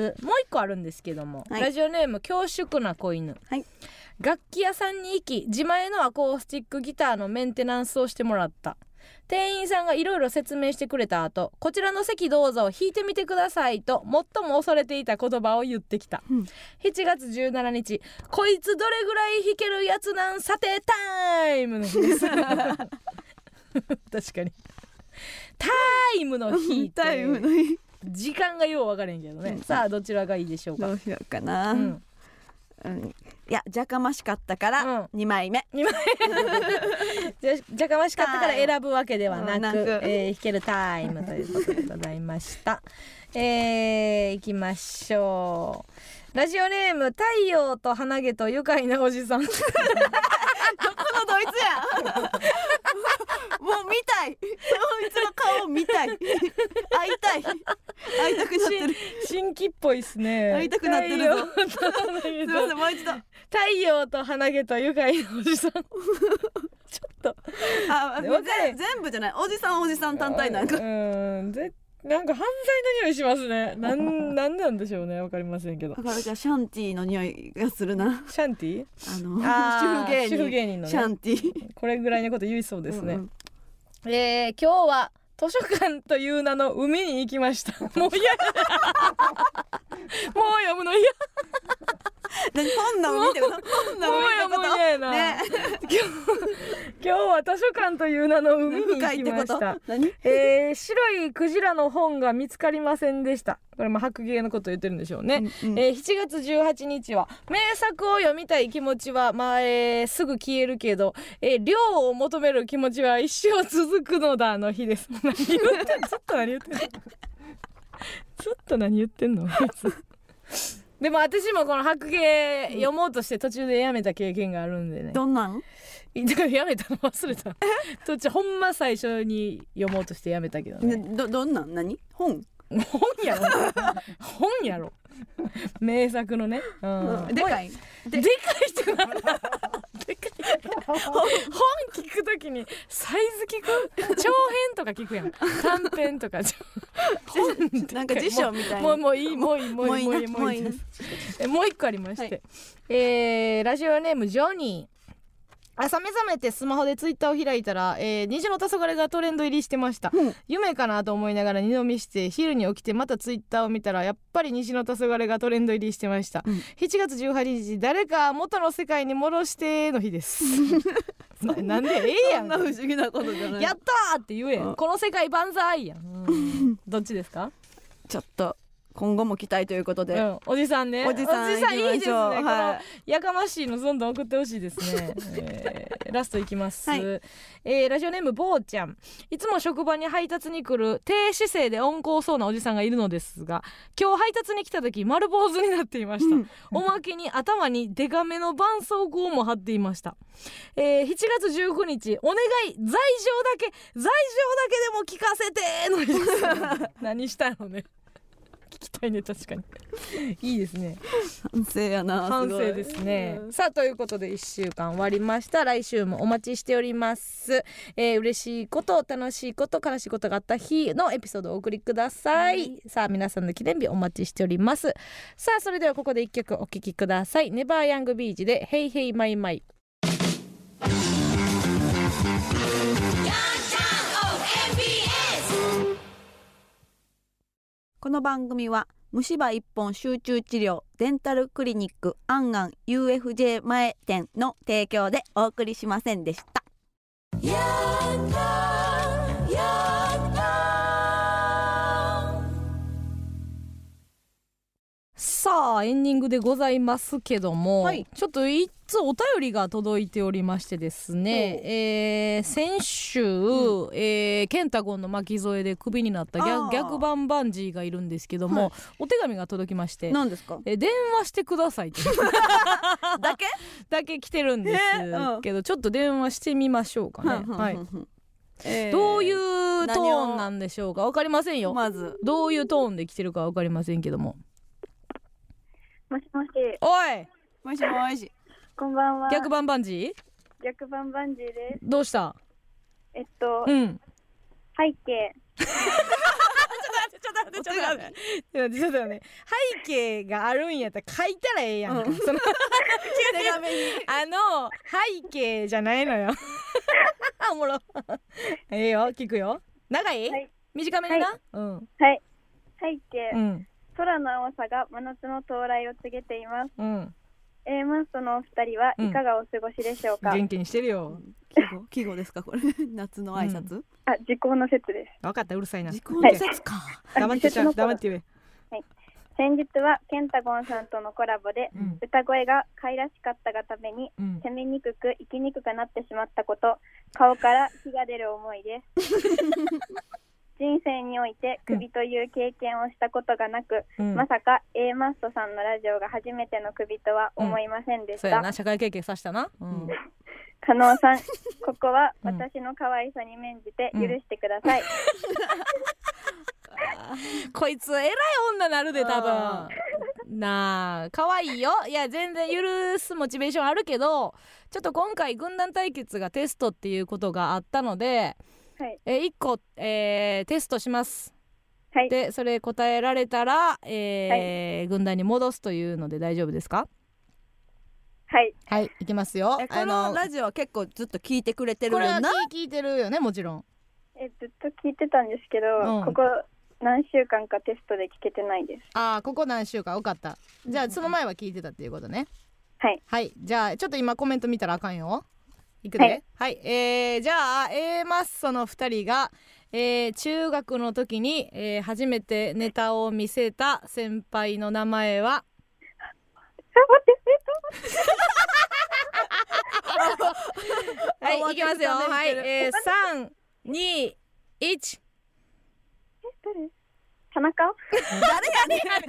もう一個あるんですけども、はい、ラジオネーム恐縮な子犬、はい、楽器屋さんに行き自前のアコースティックギターのメンテナンスをしてもらった。店員さんがいろいろ説明してくれた後、こちらの席どうぞ弾いてみてくださいと最も恐れていた言葉を言ってきた、うん、しちがつじゅうしちにち、こいつどれぐらい弾けるやつなんさてタイムの日です確かにタイムの日ってタイムの日時間がよう分からへんけどね、うん、さあどちらがいいでしょうか。 どうしようかな、うんうん、いやじゃかましかったからにまいめ、うん、にまいじ, じゃかましかったから選ぶわけではなく、えー、弾けるタイムということでございましたえー、いきましょう。ラジオネーム太陽と鼻毛と愉快なおじさんどこのドイツやもう見たい、そいつの顔見たい会いたい、会いたくなってる。 新規っぽいっすね。 会いたくなってるぞすいません、もう一度。 太陽と鼻毛と愉快なおじさんちょっとあ全部じゃない、おじさんおじさん単体なんか、 うんぜなんか犯罪の匂いしますね。なん、なんなんでしょうね、わかりませんけど。 だからじゃあシャンティーの匂いがするな。 シャンティー？ あのあ主婦芸人。 主婦芸人のね。 シャンティー。これぐらいのこと言いそうですね。うんうん、えー、今日は図書館という名の海に行きました。もう嫌。もう読むの嫌。 何本の海ってこと？本の海ってこと？ もう嫌やな。ね、今日今日は図書館という名の海に行きました。何？えー、白いクジラの本が見つかりませんでした。これも白芸のことを言ってるんでしょうね。うんうん、えー、しちがつじゅうはちにちは名作を読みたい気持ちはまあ、えー、すぐ消えるけど、えー、量を求める気持ちは一生続くのだの日です。何言ってんの？ずっと何言ってんの？ずっと何言ってんの？でも私もこの白芸読もうとして途中でやめた経験があるんでね。 どんなん？ やめたの忘れた。途中ほんま最初に読もうとしてやめたけどね。 ど、どんなん？何？本？ 本やろ本やろ名作のね、うん、 でかいで, でかいってなんだでかい本聞くときにサイズ聞く長編とか聞くやん短編とか本なんか辞書みたいな。 もうもういいもういいもういいもういいもういいえもう一個ありまして、はい、えー、ラジオネームジョニー。朝目覚めてスマホでツイッターを開いたら、えー、虹の黄昏がトレンド入りしてました、うん、夢かなと思いながら二度見して昼に起きてまたツイッターを見たらやっぱり虹の黄昏がトレンド入りしてました、うん、しちがつじゅうはちにち誰か元の世界に戻しての日ですな, なんでええやん。 そんな不思議なことじゃない。 やったーって言えやん。この世界万歳やん、うん、どっちですか？ ちょっと今後も期待ということで、 うん、おじさんねおじさんおじさんいいですね、 はい、 このやかましいのどんどん送ってほしいですね、えー、ラストいきます、はい、えー、ラジオネームぼーちゃん。いつも職場に配達に来る低姿勢で温厚そうなおじさんがいるのですが、今日配達に来た時丸坊主になっていました、うん、おまけに頭にデカめの絆創膏も貼っていました、えー、しちがつじゅうくにちお願い罪状だけ罪状だけでも聞かせてのです何したのね聞きたいね、確かにいいですね、 反省やな、 反省ですね、うん、さあということでいっしゅうかん終わりました。来週もお待ちしております、えー、嬉しいこと楽しいこと悲しいことがあった日のエピソードをお送りください、はい、さあ皆さんの記念日お待ちしております。さあそれではここでいっきょくお聴きください。ネバーヤングビーチでヘイヘイマイマイ。 この番組は虫歯一本集中治療デンタルクリニックアンアン ユーエフジェー 前店の提供でお送りしませんでした。やったやったさあエンディングでございますけども、はい、ちょっといっつお便りが届いておりましてですね、えー、先週、うん、えー、ケンタゴンの巻き添えでクビになった逆、逆バンバンジーがいるんですけども、はい、お手紙が届きまして、 何ですか？ え電話してくださいってだけだけ来てるんですけど、ちょっと電話してみましょうかね、はい、えー、どういうトーンなんでしょうか。分かりませんよ、 まずどういうトーンで来てるか分かりませんけども。 もしもし。 おい。 もしもし。 こんばんは。 逆バンバンジー？ 逆バンバンジーです。 どうした？ えっと、 うん。 背景。 ちょっと待って、ちょっと待って、ちょっと待って、ちょっと待って、背景があるんやったら書いたらええやんか。うん、その手紙にあの背景じゃないのよ。おもろ。ええよ、聞くよ。長い？はい、短めにな。はい、うん。 はい。背景。 うん。 空の青さが真夏の到来を告げています。 うん。 A マストのお二人はいかがお過ごしでしょうか。 うん、元気にしてるよ。 季語、季語ですかこれ夏の挨拶、うん、 あ、時効の説です。 分かった、うるさいな。 時効の説か、 はい、黙ってちゃ黙って言え。 はい、先日はケンタゴンさんとのコラボで、うん、歌声が可愛らしかったがために、うん、攻めにくく生きにくくなってしまったこと、顔から火が出る思いです人生においてクビという経験をしたことがなく、うん、まさか A マストさんのラジオが初めてのクビとは思いませんでした、うん、 そうやな、社会経験さしたな、うん、 加納さん、ここは私の可愛さに免じて許してください、 うん、こいつ偉い女なるで多分なあ、可愛いよ。いや全然許すモチベーションあるけど、ちょっと今回軍団対決がテストっていうことがあったので、はい、えいっこ、えー、テストします、はい、でそれ答えられたら、えーはい、軍団に戻すというので大丈夫ですか？ はいはい、いきますよ。 このラジオは結構ずっと聞いてくれてるよな。 これは聞いてるよね、もちろん。 えずっと聞いてたんですけど、うん、ここ何週間かテストで聞けてないです。 ああ、ここ何週間、分かった。じゃあその前は聞いてたっていうことね。 はいはい、じゃあちょっと今コメント見たらあかんよ。いくで、はい、はい、えー、じゃあ A マッソのふたりが、えー、中学の時に、えー、初めてネタを見せた先輩の名前ははい、いきますよ。はい、えー、さん、に、いち。 え、誰？田中？ 誰やねん。ダメー。さあという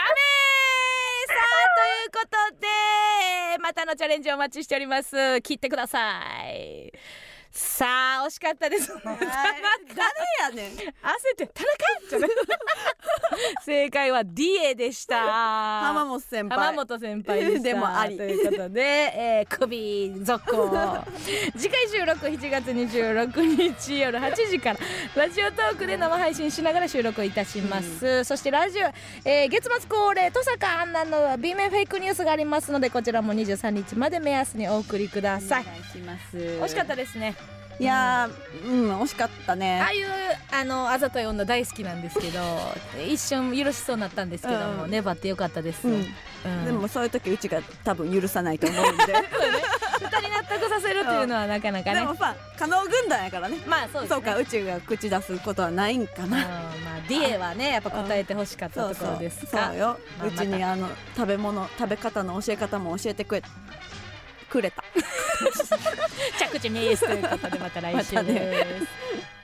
ことでまたのチャレンジお待ちしております。切ってください。さあ惜しかったです。田中誰やねん。 焦って田中正解はディエでした。 浜本先輩浜本先輩でしたでもありということで、えー、首続行次回収録しちがつにじゅうろくにち夜はちじからラジオトークで生配信しながら収録いたします、うん、そしてラジオ、えー、月末恒例登坂アンナの B 面フェイクニュースがありますので、こちらもにじゅうさんにちまで目安にお送りください。 お願いします。 惜しかったですね。 いやー、うん、惜しかったね。 ああいうあのあざとい女大好きなんですけど一瞬許しそうになったんですけども、うん、粘ってよかったです、うんうん、 でもそういう時うちが多分許さないと思うんで人に納得させるっていうのはなかなかね。 でもさ可能軍団やからね。 まあそうですね。 そうか宇宙が口出すことはないんかな。 まあディエはねやっぱ答えてほしかったところですか。 そうよ、 まあ、 うちにあの食べ物食べ方の教え方も教えてくれくれた着地ミスということでまた来週です。